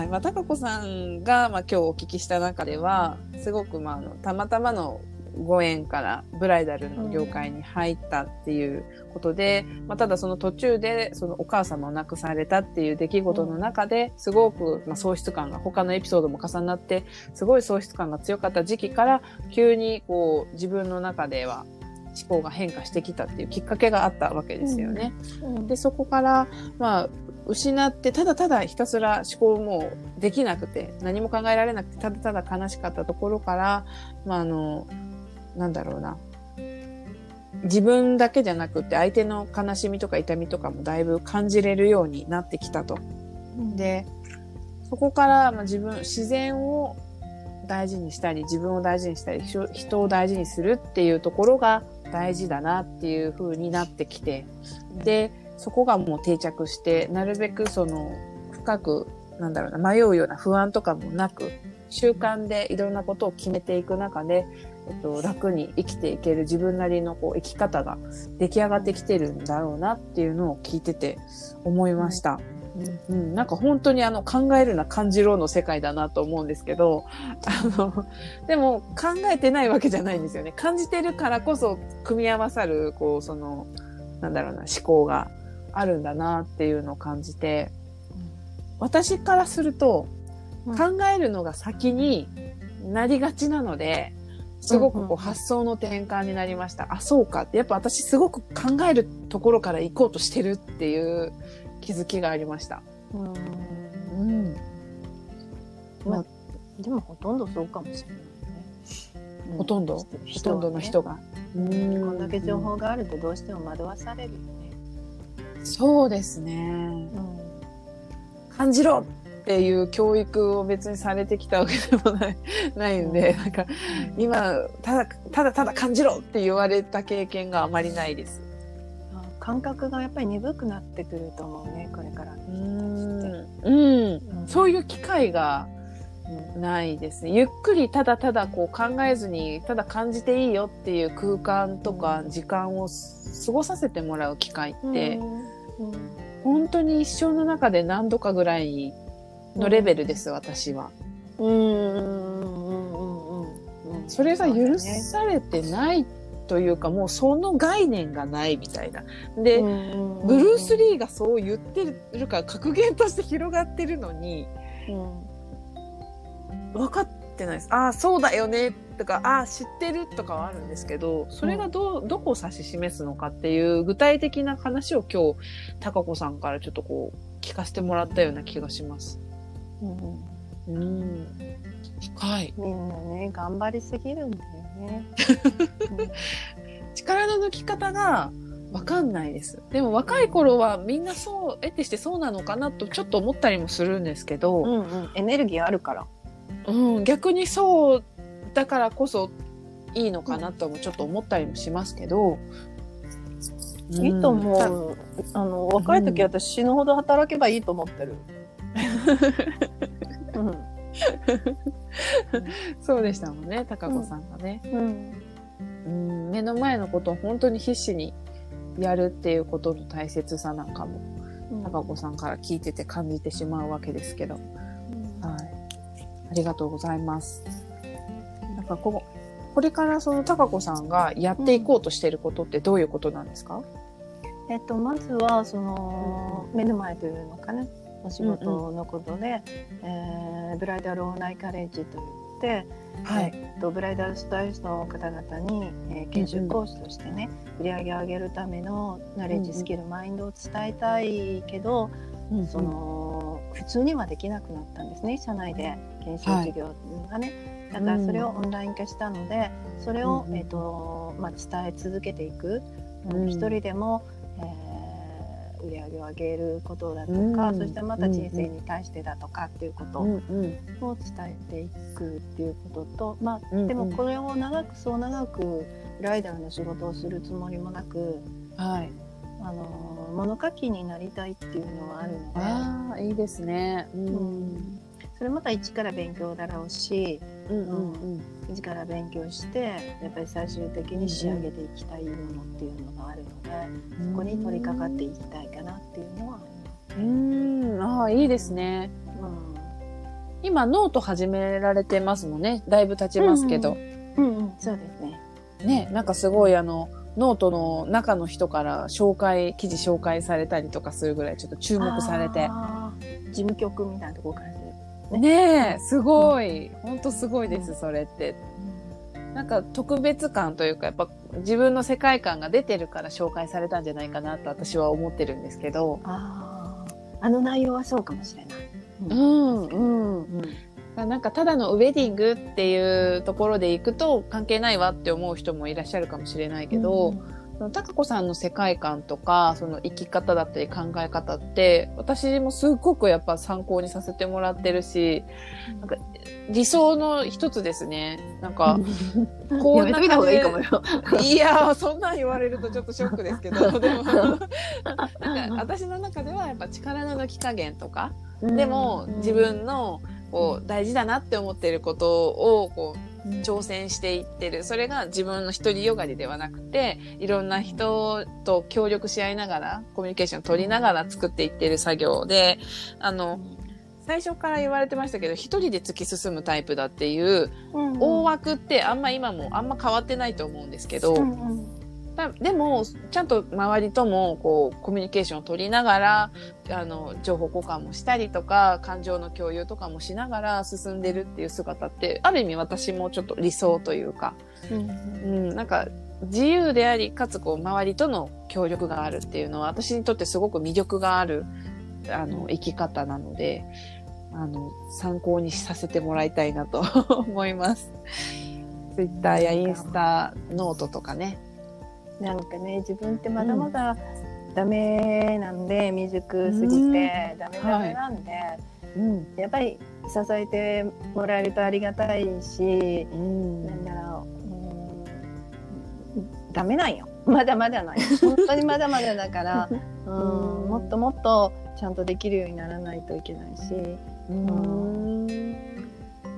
まあ、高子さんが、まあ、今日お聞きした中では、すごく、まあ、たまたまのご縁からブライダルの業界に入ったっていうことで、まあ、ただその途中でそのお母様を亡くされたっていう出来事の中ですごく、まあ、喪失感が他のエピソードも重なってすごい喪失感が強かった時期から急にこう自分の中では思考が変化してきたっていうきっかけがあったわけですよね。でそこからまあ失ってただただひたすら思考もできなくて何も考えられなくてただただ悲しかったところからまあなんだろうな。自分だけじゃなくて相手の悲しみとか痛みとかもだいぶ感じれるようになってきたと。で、そこから自然を大事にしたり、自分を大事にしたり、人を大事にするっていうところが大事だなっていう風になってきて、で、そこがもう定着して、なるべくその深く、迷うような不安とかもなく、習慣でいろんなことを決めていく中で、楽に生きていける自分なりのこう生き方が出来上がってきてるんだろうなっていうのを聞いてて思いました。なんか本当に考えるな感じろの世界だなと思うんですけど、でも考えてないわけじゃないんですよね。感じてるからこそ組み合わさる、思考があるんだなっていうのを感じて、私からすると考えるのが先になりがちなので、すごく発想の転換になりました。あ、そうかって。やっぱ私すごく考えるところから行こうとしてるっていう気づきがありました。 でもほとんどそうかもしれないね。 ほとんどの人が。 こんだけ情報があるとどうしても惑わされるよね。 そうですね。感じろっていう教育を別にされてきたわけでもないんで、なんか今ただ感じろって言われた経験があまりないです。 感覚がやっぱり鈍くなってくると思うね、これから。 そういう機会がないですね。ゆっくりただただこう考えずにただ感じていいよっていう空間とか時間を過ごさせてもらう機会って、本当に一生の中で何度かぐらいのレベルです、私は。それが許されてないというか、もうその概念がないみたいな。で、ブルース・リーがそう言ってるから格言として広がってるのに、分かってないです。ああ、そうだよねとか、ああ、知ってるとかはあるんですけど、それがどこを指し示すのかっていう具体的な話を今日、貴子さんからちょっとこう、聞かせてもらったような気がします。深い。 みんなね、頑張りすぎるんだよね。 力の抜き方がわかんないです。でも若い頃はみんなそう、得てしてそうなのかなとちょっと思ったりもするんですけど、 エネルギーあるから。 逆にそうだからこそいいのかなともちょっと思ったりもしますけど、 いいと思う。若い時私死ぬほど働けばいいと思ってる。 そうでしたもんね、貴子さんがね。目の前のことを本当に必死にやるっていうことの大切さなんかも、貴子さんから聞いてて感じてしまうわけですけど、ありがとうございます。なんかこれからその貴子さんがやっていこうとしていることってどういうことなんですか？ まずはその目の前というのかね、お仕事のことで、ブライダルオンラインカレッジといって、ブライダルスタイリストの方々に、研修講師としてね、売り上げを上げるためのナレッジ、スキル、マインドを伝えたいけど、その普通にはできなくなったんですね、社内で研修授業がね。だからそれをオンライン化したので、それを、伝え続けていく。一人でも、売り上げを上げることだとか、そしてまた人生に対してだとかっていうことを伝えていくっていうことと、でもこれを長くライダーの仕事をするつもりもなく、物書きになりたいっていうのはあるので、 いいですね。 それまた一から勉強だろうし、一から勉強してやっぱり最終的に仕上げていきたいものっていうのがあるので、そこに取り掛かっていきたいかなっていうのはあります。 いいですね。今ノート始められてますもんね。だいぶ経ちますけど。 そうですね。 ね、なんかすごいノートの中の人から記事紹介されたりとかするぐらいちょっと注目されて。 事務局みたいなところからねえ、すごい。ほんとすごいです、それって。なんか特別感というか、やっぱ自分の世界観が出てるから紹介されたんじゃないかなと私は思ってるんですけど。 あの内容はそうかもしれない。 なんかただのウェディングっていうところで行くと関係ないわって思う人もいらっしゃるかもしれないけど、貴子さんの世界観とか、その生き方だったり考え方って、私もすっごくやっぱ参考にさせてもらってるし、なんか理想の一つですね。なんか、 こうな感じで。 いや、そんなん言われるとちょっとショックですけど、でも、なんか私の中ではやっぱ力の抜き加減とか、でも自分のこう大事だなって思っていることをこう、挑戦していってる。それが自分の独りよがりではなくて、いろんな人と協力し合いながら、コミュニケーションを取りながら作っていってる作業で、最初から言われてましたけど、一人で突き進むタイプだっていう、大枠って今もあんま変わってないと思うんですけど、でも、ちゃんと周りとも、こう、コミュニケーションを取りながら、情報交換もしたりとか、感情の共有とかもしながら進んでるっていう姿って、ある意味私もちょっと理想というか、なんか、自由であり、かつこう、周りとの協力があるっていうのは、私にとってすごく魅力がある、生き方なので、参考にさせてもらいたいなと思います。ツイッターやインスタ、ノートとかね。 なんかね、自分ってまだまだダメなんで、未熟すぎてダメなんで、やっぱり支えてもらえるとありがたいし、なんだろう、ダメなんよ。まだまだなんよ。本当にまだまだだから、もっともっとちゃんとできるようにならないといけないし、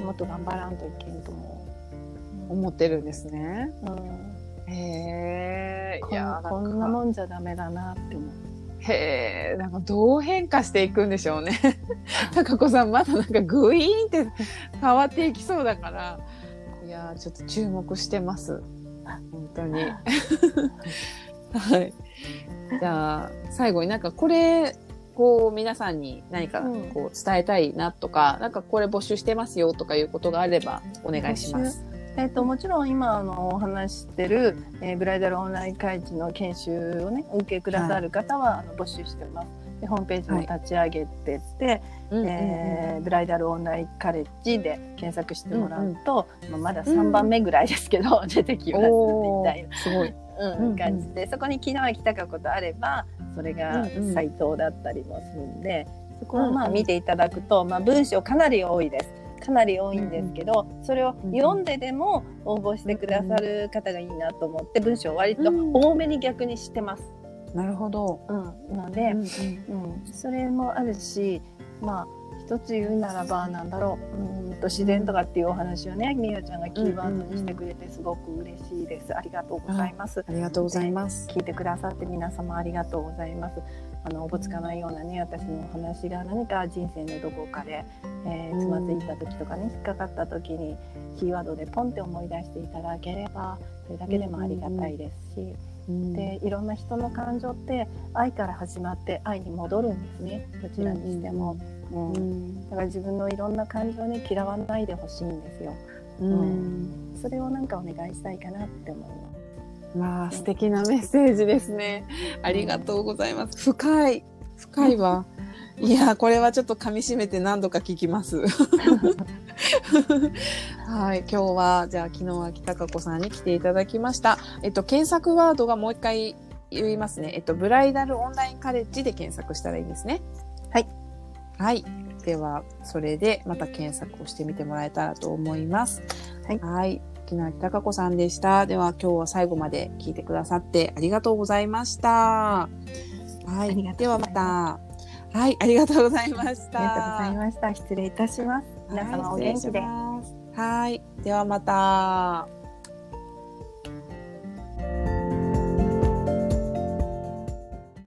もっと頑張らんといけんと思ってるんですね。 うん、 へえ。いやこんなもんじゃダメだなって思う。 へえ、なんかどう変化していくんでしょうね。高子さんまだなんかグイーンって変わっていきそうだから、いやちょっと注目してます。本当に。はい。じゃあ最後になんかこれこう皆さんに何かこう伝えたいなとか、なんかこれ募集してますよとかいうことがあればお願いします。 もちろん今お話ししてる、ブライダルオンライン会議の研修をねお受けくださる方は、募集してます。でホームページも立ち上げてて、ブライダルオンラインカレッジで検索してもらうと、まだ3番目ぐらいですけど、出てきますみたいなすごい、 感じで、そこに昨日は来たことあればそれがサイトだったりもするんで、そこを見ていただくと、文章かなり多いです。かなり多いんですけど、それを読んででも応募してくださる方がいいなと思って文章を割と多めに逆にしてます。 なるほど。 ので、それもあるし、一つ言うならばなんだろう、自然とかっていうお話をね、みやちゃんがキーワードにしてくれてすごく嬉しいです。ありがとうございます。 ありがとうございます。 聞いてくださって皆様ありがとうございます。おぼつかないようなね、私のお話が何か人生のどこかで、つまずいた時とかね、引っかかった時にキーワードでポンって思い出していただければそれだけでもありがたいですし、でいろんな人の感情って愛から始まって愛に戻るんですね、どちらにしても。だから自分のいろんな感情に嫌わないでほしいんですよ。それをなんかお願いしたいかなって思います。 素敵なメッセージですね。ありがとうございます。深いわ。いやこれはちょっと噛み締めて何度か聞きます。はい、今日はじゃあ昨日は北か子さんに来ていただきました。検索ワードがもう一回言いますね。ブライダルオンラインカレッジで検索したらいいですね。 はい。 はい。ではそれでまた検索をしてみてもらえたらと思います。はい。木梨貴子さんでした。では今日は最後まで聞いてくださってありがとうございました。はい。ではまた。はい、ありがとうございました。 ありがとうございました。失礼いたします。皆様お元気で。 はい、ではまた。